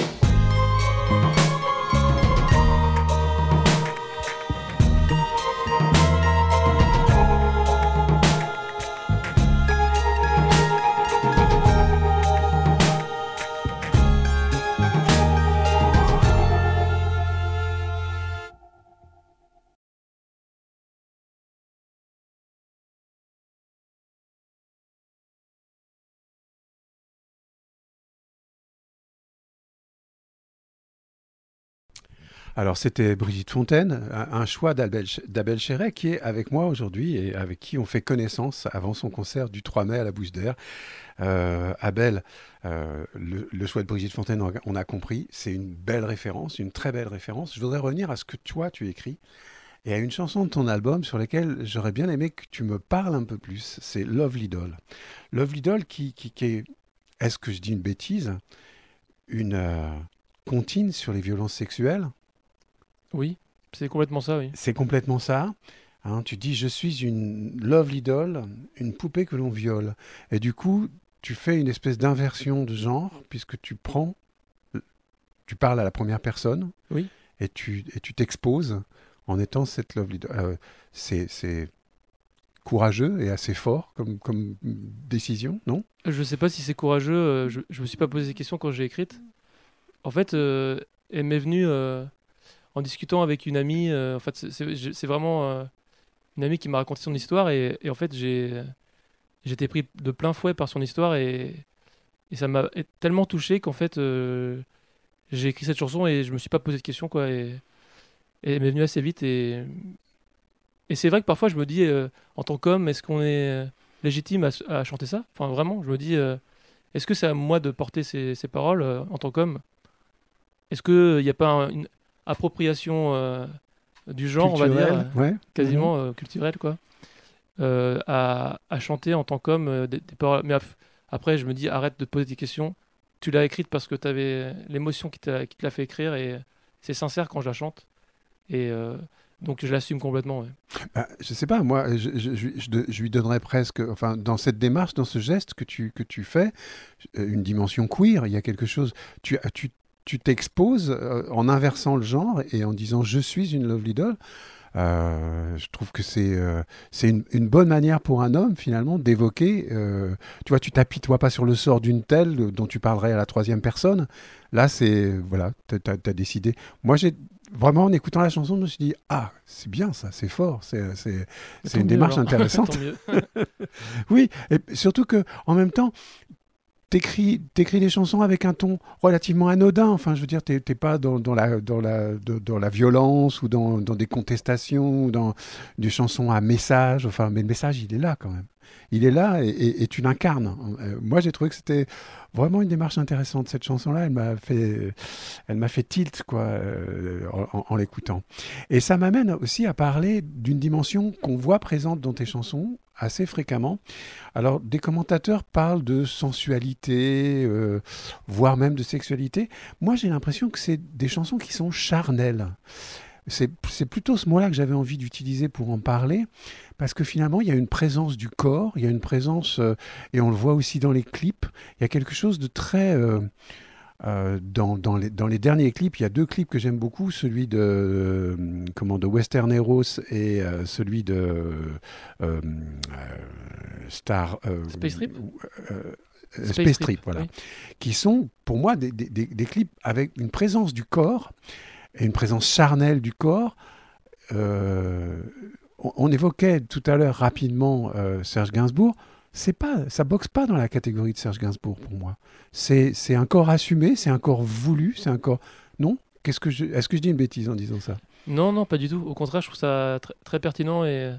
Alors, c'était Brigitte Fontaine, un choix d'Abel Chéret qui est avec moi aujourd'hui et avec qui on fait connaissance avant son concert du 3 mai à la Bouche d'Air. Abel, le choix de Brigitte Fontaine, on a compris, c'est une belle référence, une très belle référence. Je voudrais revenir à ce que toi, tu écris et à une chanson de ton album sur laquelle j'aurais bien aimé que tu me parles un peu plus. C'est Lovely Doll. Lovely Doll qui est, est-ce que je dis une bêtise, une comptine sur les violences sexuelles? Oui, c'est complètement ça, oui. C'est complètement ça. Hein, tu dis, je suis une lovely doll, une poupée que l'on viole. Et du coup, tu fais une espèce d'inversion de genre, puisque tu parles à la première personne, oui. et tu t'exposes en étant cette lovely doll. C'est courageux et assez fort comme décision, non? Je sais pas si c'est courageux, je me suis pas posé des questions quand j'ai écrite. En fait, elle m'est venue... en discutant avec une amie, en fait, c'est vraiment une amie qui m'a raconté son histoire et en fait, j'étais pris de plein fouet par son histoire et ça m'a tellement touché qu'en fait, j'ai écrit cette chanson et je me suis pas posé de questions, quoi. Et elle m'est venue assez vite et c'est vrai que parfois, je me dis, en tant qu'homme, est-ce qu'on est légitime à chanter ça? Enfin, vraiment, je me dis, est-ce que c'est à moi de porter ces paroles en tant qu'homme? Est-ce qu'il n'y a pas une appropriation du genre, culturel, on va dire, ouais. quasiment culturelle, quoi, à chanter en tant qu'homme des paroles. Mais après, je me dis, arrête de te poser des questions. Tu l'as écrite parce que tu avais l'émotion qui te l'a fait écrire et c'est sincère quand je la chante. Et donc, je l'assume complètement. Ouais. Bah, je sais pas, moi, je lui donnerais presque, enfin, dans cette démarche, dans ce geste que tu fais, une dimension queer. Il y a quelque chose. Tu t'exposes en inversant le genre et en disant je suis une lovely doll. Je trouve que c'est une bonne manière pour un homme finalement d'évoquer. Tu vois, tu t'apitoies pas sur le sort d'une telle dont tu parlerais à la troisième personne. Là, c'est voilà, t'as décidé. Moi, j'ai vraiment en écoutant la chanson, je me suis dit ah, c'est bien ça, c'est fort, c'est une démarche intéressante. Tant mieux. Oui, et surtout que en même temps. t'écris des chansons avec un ton relativement anodin. Enfin, je veux dire, t'es pas dans la violence ou dans des contestations ou dans des chansons à message. Enfin, mais le message, il est là quand même. Il est là et tu l'incarnes. Moi, j'ai trouvé que c'était vraiment une démarche intéressante. Cette chanson-là, elle m'a fait tilt quoi, en l'écoutant. Et ça m'amène aussi à parler d'une dimension qu'on voit présente dans tes chansons assez fréquemment. Alors, des commentateurs parlent de sensualité, voire même de sexualité. Moi, j'ai l'impression que c'est des chansons qui sont charnelles. C'est plutôt ce mot-là que j'avais envie d'utiliser pour en parler, parce que finalement, il y a une présence du corps, il y a une présence, et on le voit aussi dans les clips, il y a quelque chose de très... dans les derniers clips, il y a 2 clips que j'aime beaucoup, celui de Western Heroes et celui de Space Trip Space Trip, voilà, oui. Qui sont pour moi des clips avec une présence du corps et une présence charnelle du corps. On évoquait tout à l'heure rapidement Serge Gainsbourg. Ça boxe pas dans la catégorie de Serge Gainsbourg pour moi. C'est un corps assumé, c'est un corps voulu, c'est un corps... Non ? Est-ce que je dis une bêtise en disant ça ? Non, pas du tout. Au contraire, je trouve ça très pertinent et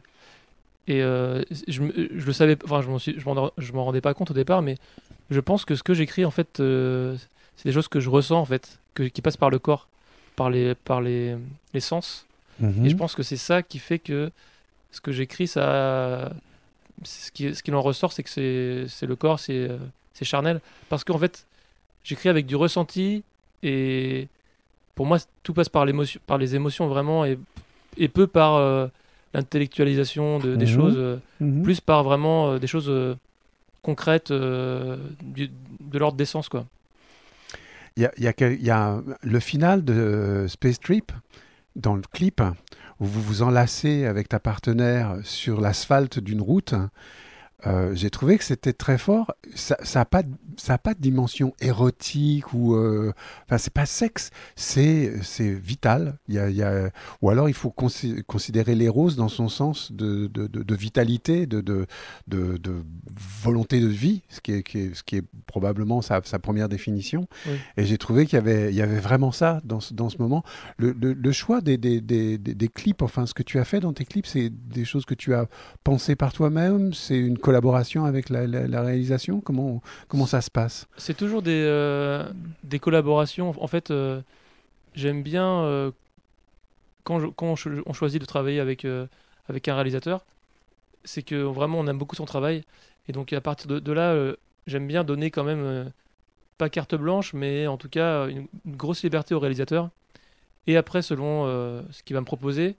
je le savais, enfin, je m'en rendais pas compte au départ, mais je pense que ce que j'écris, en fait, c'est des choses que je ressens, en fait, qui passent par le corps, par les sens. Mm-hmm. Et je pense que c'est ça qui fait que ce que j'écris, ce qu'il en ressort, c'est que c'est le corps, c'est charnel. Parce qu'en fait, j'écris avec du ressenti et pour moi, tout passe par les émotions vraiment et peu par l'intellectualisation des choses, plus par vraiment des choses concrètes de l'ordre des sens, quoi. Il y a le final de Space Trip, dans le clip, où vous vous enlacez avec ta partenaire sur l'asphalte d'une route. J'ai trouvé que c'était très fort. Ça a pas de dimension érotique ou enfin c'est pas sexe, c'est vital. Ou alors il faut considérer l'éros dans son sens de vitalité, de volonté de vie, ce qui est probablement sa première définition. Oui. Et j'ai trouvé qu'il y avait vraiment ça dans ce moment. Le choix des clips, enfin ce que tu as fait dans tes clips, c'est des choses que tu as pensées par toi-même. C'est une collaboration avec la réalisation. Comment ça se passe? C'est toujours des collaborations. En fait, j'aime bien quand on choisit de travailler avec un réalisateur, c'est que vraiment on aime beaucoup son travail. Et donc à partir de là, j'aime bien donner quand même, pas carte blanche, mais en tout cas une grosse liberté au réalisateur. Et après, selon ce qu'il va me proposer,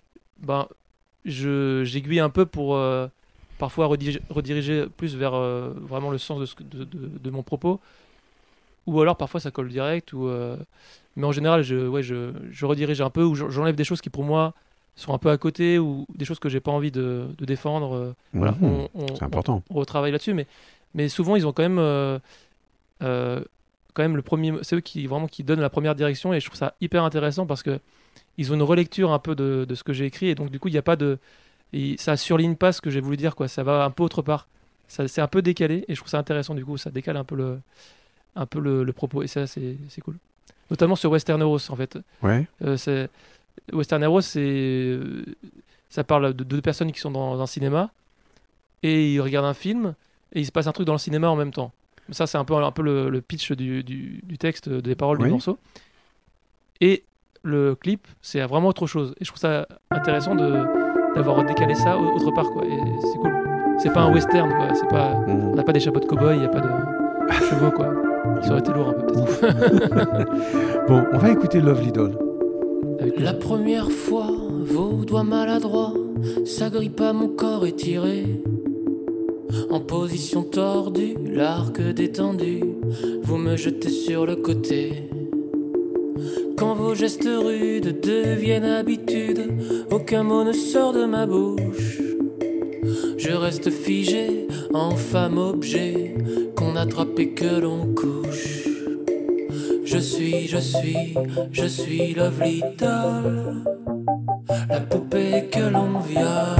j'aiguille un peu pour... parfois rediriger plus vers vraiment le sens de mon propos, ou alors parfois ça colle direct, mais en général je redirige un peu, ou j'enlève des choses qui pour moi sont un peu à côté, ou des choses que j'ai pas envie de défendre. Voilà, c'est important. On retravaille là-dessus, mais souvent ils ont quand même le premier, c'est eux qui donnent la première direction, et je trouve ça hyper intéressant parce que ils ont une relecture un peu de ce que j'ai écrit, et donc du coup il n'y a pas de... Et ça surligne pas ce que j'ai voulu dire, quoi. Ça va un peu autre part. C'est un peu décalé, et je trouve ça intéressant, du coup. Ça décale un peu le propos, et ça, c'est cool. Notamment sur Western Heroes, en fait. Ouais. Western Heroes, ça parle de 2 personnes qui sont dans un cinéma, et ils regardent un film, et il se passe un truc dans le cinéma en même temps. Ça, c'est un peu le pitch du texte, des paroles du morceau. Et le clip, c'est vraiment autre chose. Et je trouve ça intéressant d'avoir décalé ça autre part, quoi. Et c'est cool. C'est pas un western, quoi. C'est pas, on n'a pas des chapeaux de cow-boy, il n'y a pas de chevaux, quoi. Ça aurait été lourd un peu, peut-être. Bon, on va écouter Lovely Doll. La première fois, vos doigts maladroits s'agrippent à mon corps étiré. En position tordue, l'arc détendu, vous me jetez sur le côté. Quand vos gestes rudes deviennent habitude, aucun mot ne sort de ma bouche. Je reste figé en femme objet qu'on attrape et que l'on couche. Je suis Lovely Doll, la poupée que l'on viole.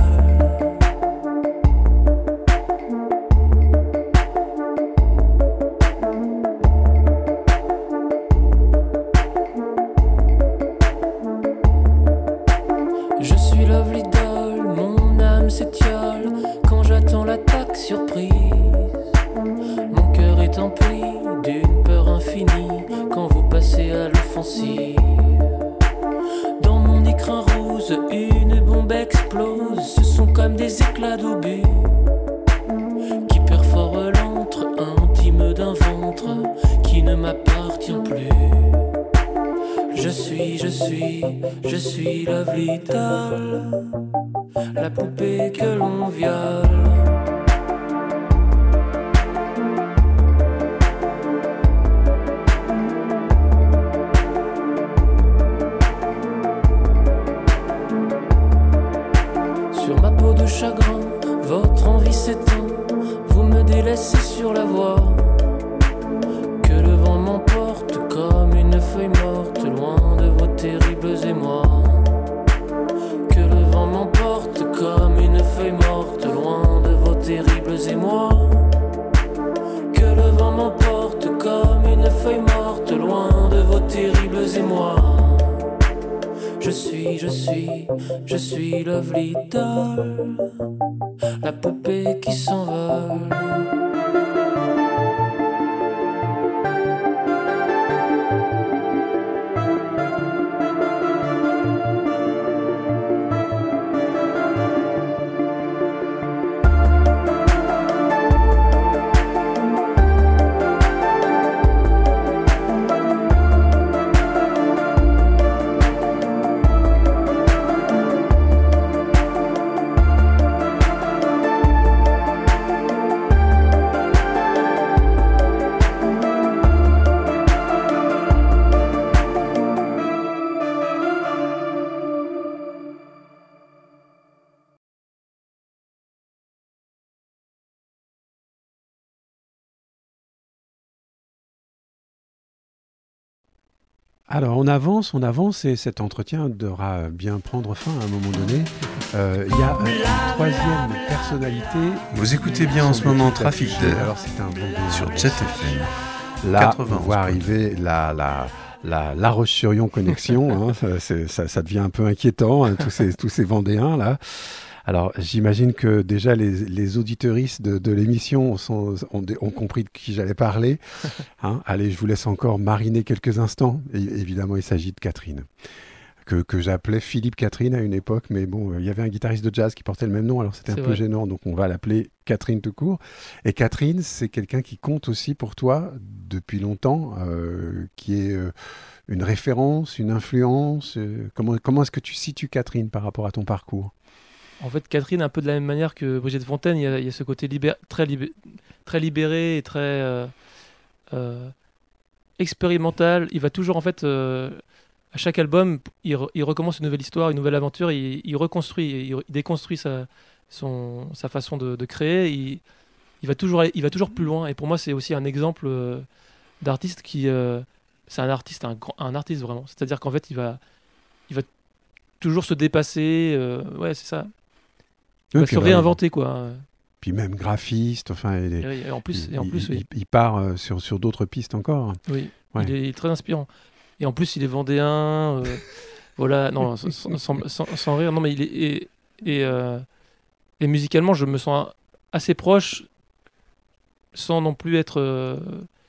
surprise. Mon cœur est empli d'une peur infinie quand vous passez à l'offensive. Dans mon écrin rose, une bombe explose. Ce sont comme des éclats d'obus qui perforent l'antre intime d'un ventre qui ne m'appartient plus. Je suis Lovely Doll, la poupée que l'on viole. Sur ma peau de chagrin, votre envie s'éteint. Vous me délaissez sur la voie. Que le vent m'emporte comme une feuille morte, loin de vos terribles émois. Que le vent m'emporte comme une feuille morte, loin de vos terribles émois. Que le vent m'emporte comme une feuille morte, loin de vos terribles émois. Je suis Lovely Doll, la poupée qui s'envole. Alors on avance et cet entretien devra bien prendre fin à un moment donné. Il y a une troisième personnalité. Vous écoutez bien en ce moment Trafic d'air. Alors c'est un bon sur Jet FM. Là, on voit arriver la Roche-sur-Yon connexion. Ça devient un peu inquiétant, hein, tous ces Vendéens là. Alors, j'imagine que déjà les auditeuristes de l'émission ont compris de qui j'allais parler. Hein, allez, je vous laisse encore mariner quelques instants. Et, évidemment, il s'agit de Catherine, que j'appelais Philippe Catherine à une époque. Mais bon, il y avait un guitariste de jazz qui portait le même nom, alors c'était un peu gênant. Donc, on va l'appeler Catherine tout court. Et Catherine, c'est quelqu'un qui compte aussi pour toi depuis longtemps, qui est une référence, une influence. Comment est-ce que tu situes Catherine par rapport à ton parcours ? En fait, Catherine, un peu de la même manière que Brigitte Fontaine, il y a ce côté très libéré et très expérimental. Il va toujours, en fait, à chaque album, il recommence une nouvelle histoire, une nouvelle aventure, il reconstruit, il déconstruit sa façon de créer. Il va toujours plus loin. Et pour moi, c'est aussi un exemple d'artiste qui... c'est un artiste vraiment. C'est-à-dire qu'en fait, il va toujours se dépasser. Ouais, c'est ça. Il va se réinventer, quoi. Puis même graphiste, enfin... Et en plus, il part sur d'autres pistes encore. Oui, ouais. Il est très inspirant. Et en plus, il est vendéen. Voilà, non, sans rire. Non, mais il est... Et musicalement, je me sens assez proche, sans non plus être...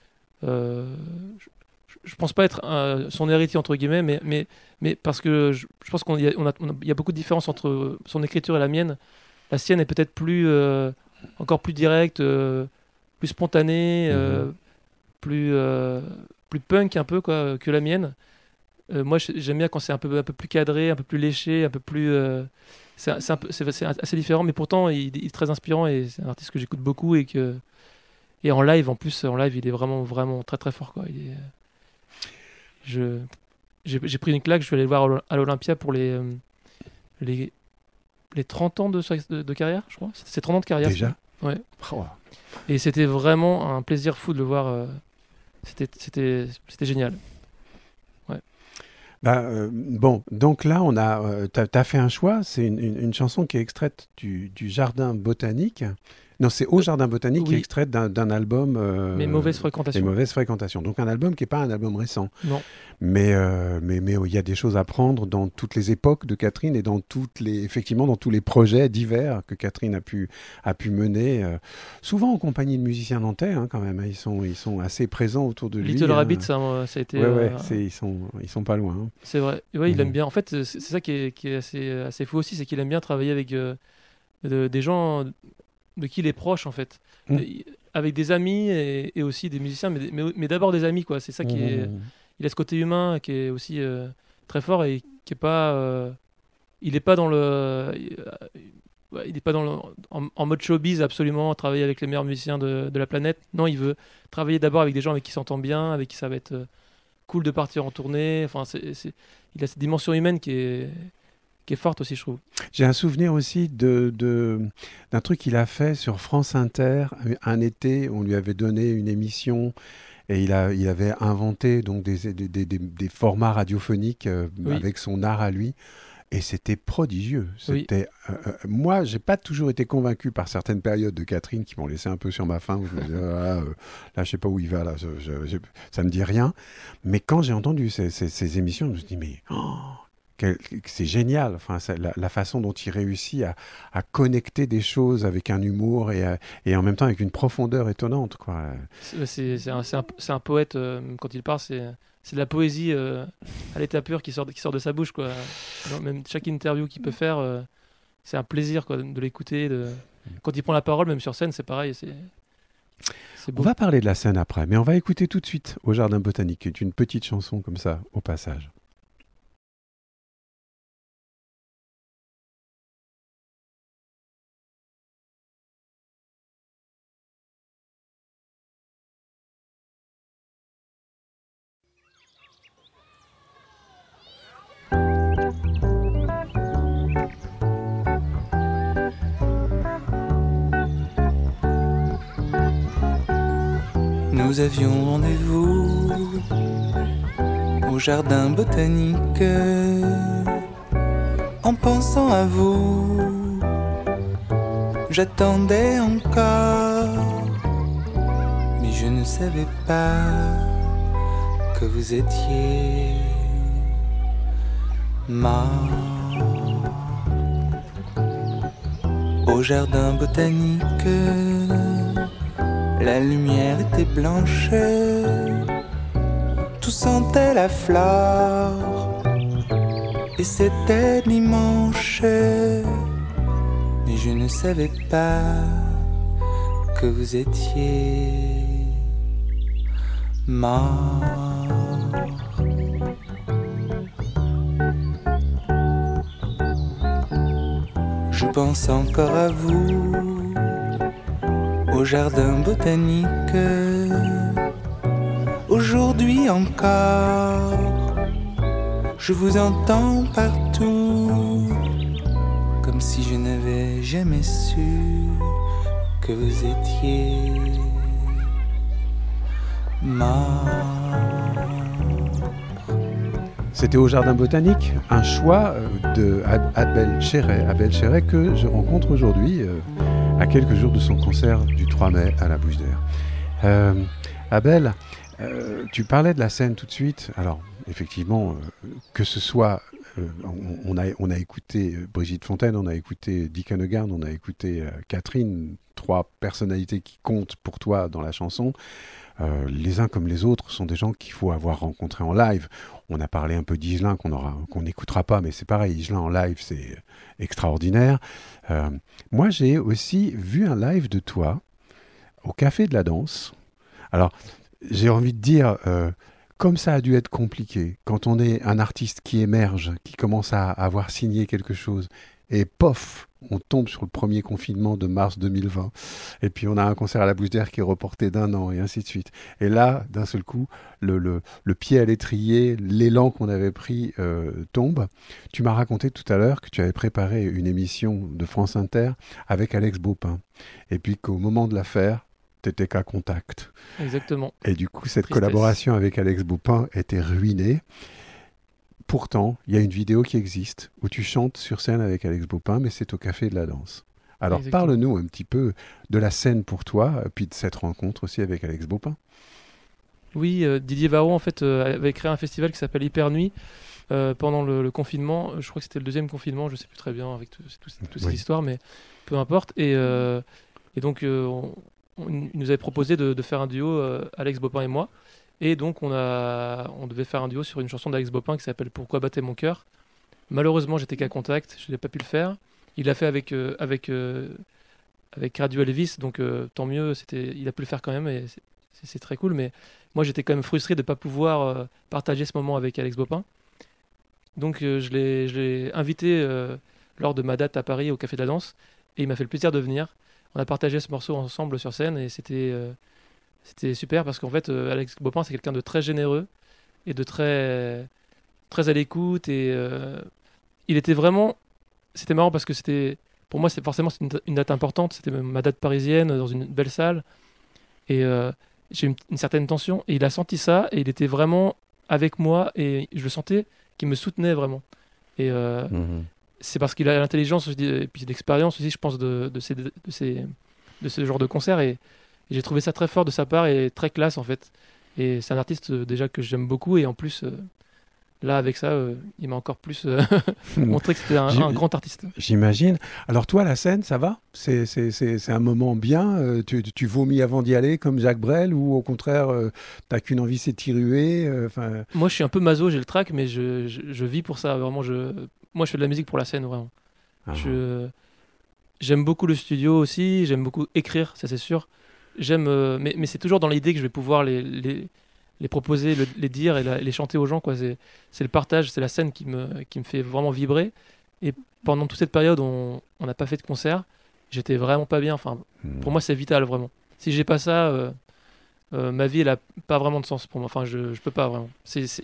je pense pas être son héritier, entre guillemets, mais parce que je pense qu'il y a beaucoup de différences entre son écriture et la mienne. La sienne est peut-être encore plus directe, plus spontanée, plus punk un peu quoi, que la mienne. Moi, j'aime bien quand c'est un peu plus cadré, un peu plus léché, un peu plus... c'est assez différent, mais pourtant, il est très inspirant et c'est un artiste que j'écoute beaucoup et en live, il est vraiment, vraiment très, très fort, quoi. J'ai pris une claque, je suis allé le voir à l'Olympia pour les 30 ans de carrière, je crois. C'est 30 ans de carrière. Déjà ? Ouais. Oh. Et c'était vraiment un plaisir fou de le voir. C'était génial. Ouais. Bon, donc là, t'as fait un choix. C'est une chanson qui est extraite du Jardin botanique. Non, c'est Au Jardin Botanique qui est Oui. extrait d'un album. Mes mauvaises fréquentations. Les mauvaises fréquentations. Donc un album qui n'est pas un album récent. Non. Mais il y a des choses à prendre dans toutes les époques de Catherine et effectivement dans tous les projets divers que Catherine a pu mener. Souvent en compagnie de musiciens nantais, hein, quand même. Ils sont assez présents autour de lui. Little Rabbit, ça a été. Ils sont pas loin. Hein. C'est vrai. Ouais, il aime bien. En fait, c'est ça qui est assez fou aussi, c'est qu'il aime bien travailler avec des gens de qui il est proche, en fait. Avec des amis et aussi des musiciens, mais d'abord des amis, quoi. C'est ça qui est. Il a ce côté humain qui est aussi très fort et qui est pas. Il n'est pas dans le. Il n'est pas en mode showbiz absolument, travailler avec les meilleurs musiciens de la planète. Non, il veut travailler d'abord avec des gens avec qui il s'entend bien, avec qui ça va être cool de partir en tournée. Enfin, il a cette dimension humaine qui est forte aussi, je trouve. J'ai un souvenir aussi d'un truc qu'il a fait sur France Inter un été. On lui avait donné une émission et il avait inventé donc des formats radiophoniques avec son art à lui. Et c'était prodigieux. Moi, j'ai pas toujours été convaincu par certaines périodes de Catherine qui m'ont laissé un peu sur ma faim. Où je me disais, là, je sais pas où il va, là, ça me dit rien. Mais quand j'ai entendu ces émissions, je me suis dit, mais c'est génial. Enfin, la façon dont il réussit à connecter des choses avec un humour et en même temps avec une profondeur étonnante, quoi. C'est un poète. Quand il parle, c'est de la poésie à l'état pur qui sort de sa bouche, quoi. Non, même chaque interview qu'il peut faire, c'est un plaisir, quoi, de l'écouter. Quand il prend la parole, même sur scène, c'est pareil. C'est beau. On va parler de la scène après, mais on va écouter tout de suite Au Jardin Botanique, qui est une petite chanson comme ça, au passage. Nous avions rendez-vous au jardin botanique en pensant à vous. J'attendais encore, mais je ne savais pas que vous étiez mort. Au jardin botanique, la lumière était blanche, tout sentait la flore, et c'était dimanche, mais je ne savais pas que vous étiez mort. Je pense encore à vous au jardin botanique, aujourd'hui encore, je vous entends partout, comme si je n'avais jamais su que vous étiez mort. C'était Au Jardin Botanique, un choix de Abel Chéret que je rencontre aujourd'hui à quelques jours de son concert du 3 mai à la Bouche d'Air. Abel, tu parlais de la scène tout de suite. Alors, effectivement, que ce soit... on a écouté Brigitte Fontaine, on a écouté Dick Annegarn, on a écouté Catherine, 3 personnalités qui comptent pour toi dans la chanson. Les uns comme les autres sont des gens qu'il faut avoir rencontrés en live. On a parlé un peu d'Higelin qu'on n'écoutera pas, mais c'est pareil, Higelin en live, c'est extraordinaire. Moi, j'ai aussi vu un live de toi au Café de la Danse. Alors, j'ai envie de dire, comme ça a dû être compliqué, quand on est un artiste qui émerge, qui commence à avoir signé quelque chose, et pof, on tombe sur le premier confinement de mars 2020. Et puis on a un concert à la Bouche d'Air qui est reporté d'1 an, et ainsi de suite. Et là, d'un seul coup, le pied à l'étrier, l'élan qu'on avait pris tombe. Tu m'as raconté tout à l'heure que tu avais préparé une émission de France Inter avec Alex Baupin. Et puis qu'au moment de la faire, t'étais qu'à contact. Exactement. Et du coup, cette collaboration avec Alex Baupin était ruinée. Pourtant, il y a une vidéo qui existe où tu chantes sur scène avec Alex Baupin, mais c'est au Café de la Danse. Alors Exactement. parle-nous un petit peu de la scène pour toi, puis de cette rencontre aussi avec Alex Baupin. Oui, Didier Varro en fait avait créé un festival qui s'appelle Hyper Nuit pendant le confinement. Je crois que c'était le deuxième confinement, je sais plus très bien avec toutes ces histoires, mais peu importe. Et donc il nous avait proposé de faire un duo, Alex Baupin et moi. Et donc on devait faire un duo sur une chanson d'Alex Baupin qui s'appelle Pourquoi battait mon cœur. Malheureusement, j'étais qu'à Contact, je n'ai pas pu le faire. Il l'a fait avec Radio Elvis, donc tant mieux. Il a pu le faire quand même et c'est très cool. Mais moi, j'étais quand même frustré de ne pas pouvoir partager ce moment avec Alex Baupin. Donc je l'ai invité lors de ma date à Paris au Café de la Danse et il m'a fait le plaisir de venir. On a partagé ce morceau ensemble sur scène et c'était super parce qu'en fait Alex Baupin c'est quelqu'un de très généreux et de très à l'écoute et il était vraiment, c'était marrant parce que pour moi c'était une date importante, c'était ma date parisienne dans une belle salle et j'ai eu une certaine tension et il a senti ça et il était vraiment avec moi et je le sentais qu'il me soutenait vraiment et c'est parce qu'il a l'intelligence et puis l'expérience aussi je pense de ce genre de concert et j'ai trouvé ça très fort de sa part et très classe en fait. Et c'est un artiste déjà que j'aime beaucoup et en plus là avec ça il m'a encore plus montré que c'était un grand artiste. J'imagine. Alors toi la scène ça va ? C'est un moment bien tu vomis avant d'y aller comme Jacques Brel ou au contraire t'as qu'une envie c'est d'y ruer Moi je suis un peu maso, j'ai le trac mais je vis pour ça vraiment. Moi je fais de la musique pour la scène vraiment. J'aime beaucoup le studio aussi, j'aime beaucoup écrire, ça c'est sûr. Mais c'est toujours dans l'idée que je vais pouvoir les proposer, les dire et les chanter aux gens, quoi. C'est le partage, c'est la scène qui me fait vraiment vibrer. Et pendant toute cette période, on n'a pas fait de concert. J'étais vraiment pas bien. Enfin, pour moi, c'est vital, vraiment. Si j'ai pas ça, ma vie, elle a pas vraiment de sens pour moi. Enfin, je peux pas vraiment.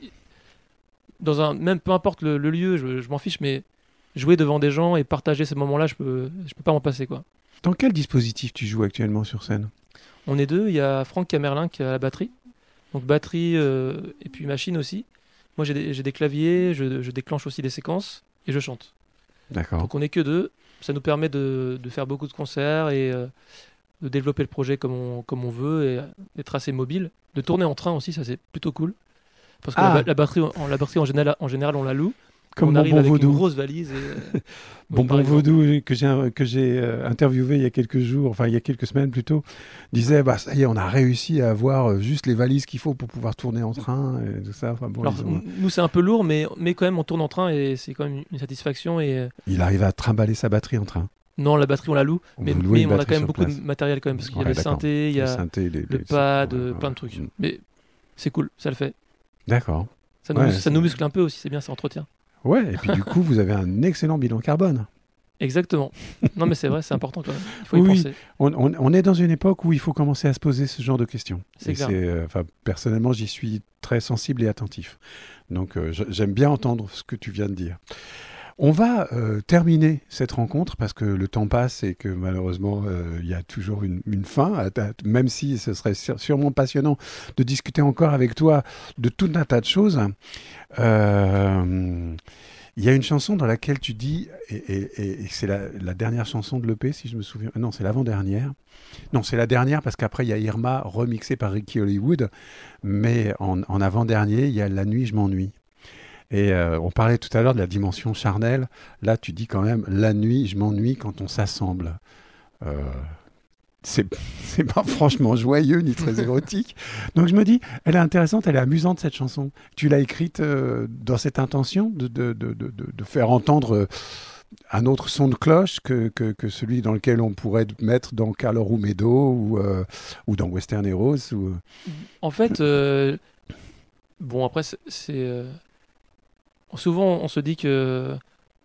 Même peu importe le lieu, je m'en fiche, mais jouer devant des gens et partager ces moments-là, je peux pas m'en passer, quoi. Dans quel dispositif tu joues actuellement sur scène ? On est deux, il y a Franck Camerlin qui a la batterie. Donc batterie et puis machine aussi. Moi j'ai des claviers, je déclenche aussi des séquences et je chante. D'accord. Donc on n'est que deux. Ça nous permet de faire beaucoup de concerts et de développer le projet comme on veut et d'être assez mobile. De tourner en train aussi, ça c'est plutôt cool. Parce que la batterie en général on la loue. Comme on arrive Bonbon avec Vaudou. une grosse valise. Bonbon Vaudou que j'ai interviewé il y a quelques jours, enfin il y a quelques semaines plutôt, disait ça y est, on a réussi à avoir juste les valises qu'il faut pour pouvoir tourner en train et tout ça. Enfin, bon, alors, nous c'est un peu lourd, mais quand même on tourne en train et c'est quand même une satisfaction. Il arrive à trimballer sa batterie en train. Non, la batterie on la loue, mais on a quand même beaucoup de matériel quand même parce qu'il y a des synthés, il y a le pad, plein de trucs. Mais c'est cool, ça le fait. D'accord. Ça nous muscle un peu aussi, c'est bien, ça entretient. Ouais, et puis du coup, vous avez un excellent bilan carbone. Exactement. Non, mais c'est vrai, c'est important quand même. Il faut y penser. On est dans une époque où il faut commencer à se poser ce genre de questions. C'est clair. Personnellement, j'y suis très sensible et attentif. Donc, j'aime bien entendre ce que tu viens de dire. On va terminer cette rencontre parce que le temps passe et que malheureusement, il y a toujours une fin, même si ce serait sûrement passionnant de discuter encore avec toi de tout un tas de choses. Il y a une chanson dans laquelle tu dis, et c'est la dernière chanson de l'EP, si je me souviens. Non, c'est l'avant-dernière. Non, c'est la dernière parce qu'après, il y a Irma, remixée par Ricky Hollywood. Mais en avant-dernier, il y a La nuit, je m'ennuie. Et on parlait tout à l'heure de la dimension charnelle. Là, tu dis quand même, la nuit, je m'ennuie quand on s'assemble. C'est pas franchement joyeux ni très érotique. Donc je me dis, elle est intéressante, elle est amusante cette chanson. Tu l'as écrite dans cette intention de faire entendre un autre son de cloche que celui dans lequel on pourrait mettre dans Carlo Rumedo ou dans Western Heroes En fait, bon après souvent on se dit que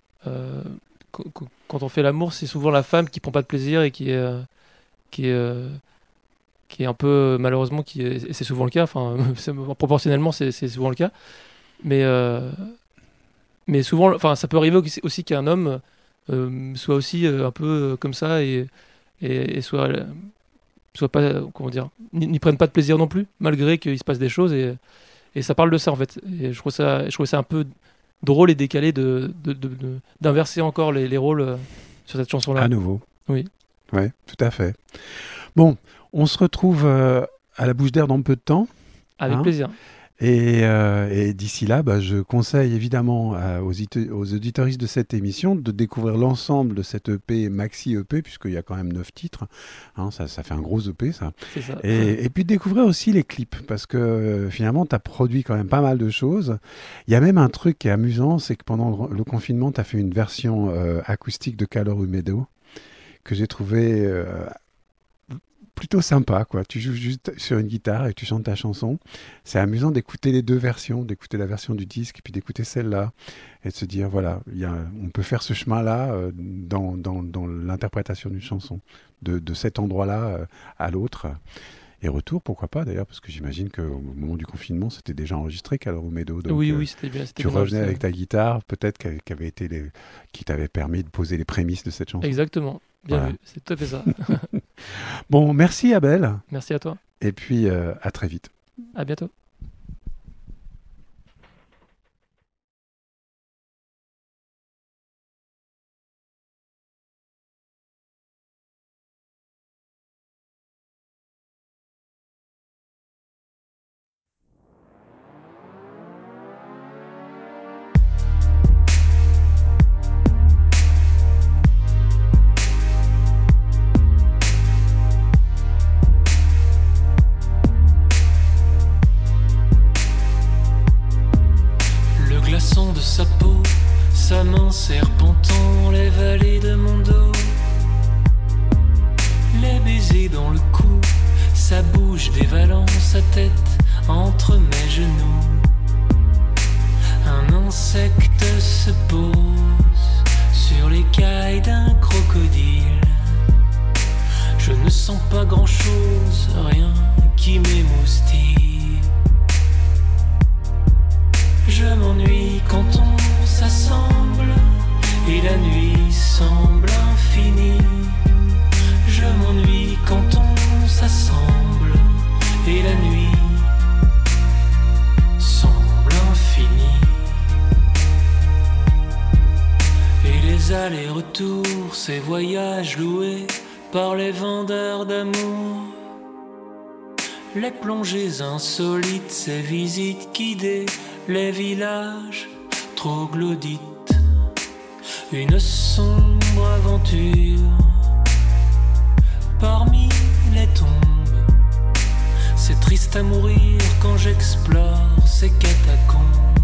quand on fait l'amour, c'est souvent la femme qui prend pas de plaisir et qui est un peu malheureusement et c'est souvent le cas, enfin proportionnellement c'est souvent le cas, mais souvent, enfin ça peut arriver aussi qu'un homme soit aussi un peu comme ça et soit pas, comment dire, n'y prenne pas de plaisir non plus malgré qu'il se passe des choses et ça parle de ça en fait. Et je trouve ça un peu drôle et décalé d'inverser encore les rôles sur cette chanson-là. À nouveau. Oui. Ouais, tout à fait. Bon, on se retrouve à la Bouche d'Air dans peu de temps. Avec plaisir. Et d'ici là, je conseille évidemment aux auditeuristes de cette émission de découvrir l'ensemble de cette EP, maxi EP, puisqu'il y a quand même 9 titres. Ça fait un gros EP, ça. C'est ça. Et puis de découvrir aussi les clips, parce que finalement, tu as produit quand même pas mal de choses. Il y a même un truc qui est amusant, c'est que pendant le confinement, tu as fait une version acoustique de Calor Húmedo que j'ai trouvé plutôt sympa, quoi. Tu joues juste sur une guitare et tu chantes ta chanson. C'est amusant d'écouter les deux versions, d'écouter la version du disque et puis d'écouter celle-là et de se dire, voilà, on peut faire ce chemin-là dans l'interprétation d'une chanson, de cet endroit-là à l'autre. Et retour, pourquoi pas d'ailleurs, parce que j'imagine qu'au moment du confinement, c'était déjà enregistré Calor Húmedo. Oui, c'était bien. Tu revenais avec ta guitare, peut-être qui t'avait permis de poser les prémices de cette chanson. Exactement. Bien vu, c'est tout à fait ça. Bon, merci Abel. Merci à toi. Et puis à très vite. À bientôt. Serpentant les vallées de mon dos, les baisers dans le cou, sa bouche dévalant sa tête entre mes genoux. Un insecte se pose sur l'écaille d'un crocodile. Je ne sens pas grand-chose, rien qui m'émoustille. Je m'ennuie quand on s'assemble et la nuit semble infinie. Je m'ennuie quand on s'assemble et la nuit semble infinie. Et les allers-retours, ces voyages loués par les vendeurs d'amour, les plongées insolites, ces visites guidées, les villages troglodytes, une sombre aventure parmi les tombes. C'est triste à mourir quand j'explore ces catacombes.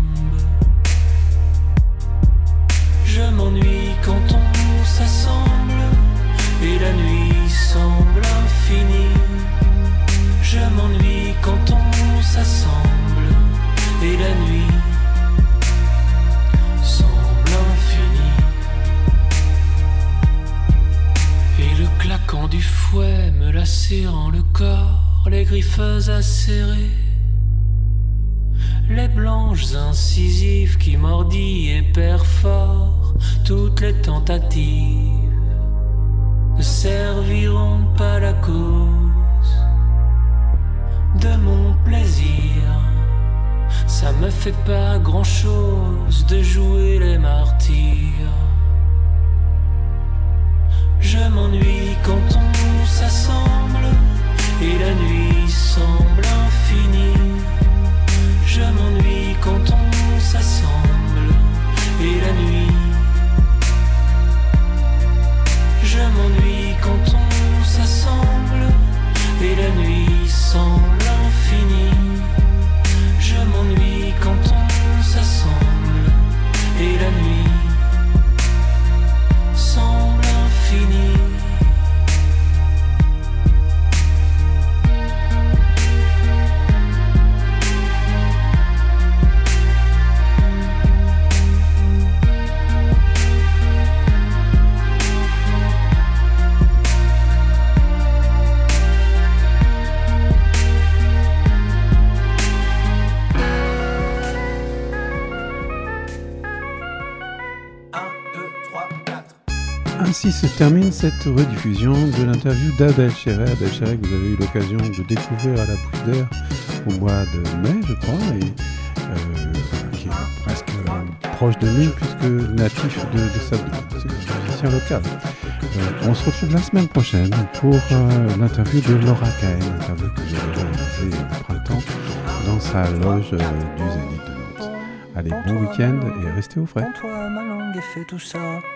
Je m'ennuie quand on s'assemble et la nuit semble infinie. Je m'ennuie quand on s'assemble et la nuit semble infinie. Et le claquant du fouet me lacérant le corps, les griffes acérées, les blanches incisives qui mordillent et perforent, toutes les tentatives ne serviront pas la cause de mon plaisir. Ça me fait pas grand-chose de jouer les martyrs. Je m'ennuie quand on s'assemble et la nuit semble infinie. Je m'ennuie quand on s'assemble et la nuit. Je m'ennuie quand on s'assemble et la nuit semble infinie. Je m'ennuie quand on s'assemble et la nuit semble infinie. Ainsi se termine cette rediffusion de l'interview d'Abel Chéret. Abel Chéret que vous avez eu l'occasion de découvrir à la Bouche d'Air au mois de mai, je crois, et qui est presque proche de nous puisque natif de sa musicien local. On se retrouve la semaine prochaine pour l'interview de Laura Cahen, interview que j'ai réalisée au printemps dans sa loge du Zénith de Nantes. Allez, bon week-end et restez au frais. Toi, ma langue et fais tout ça.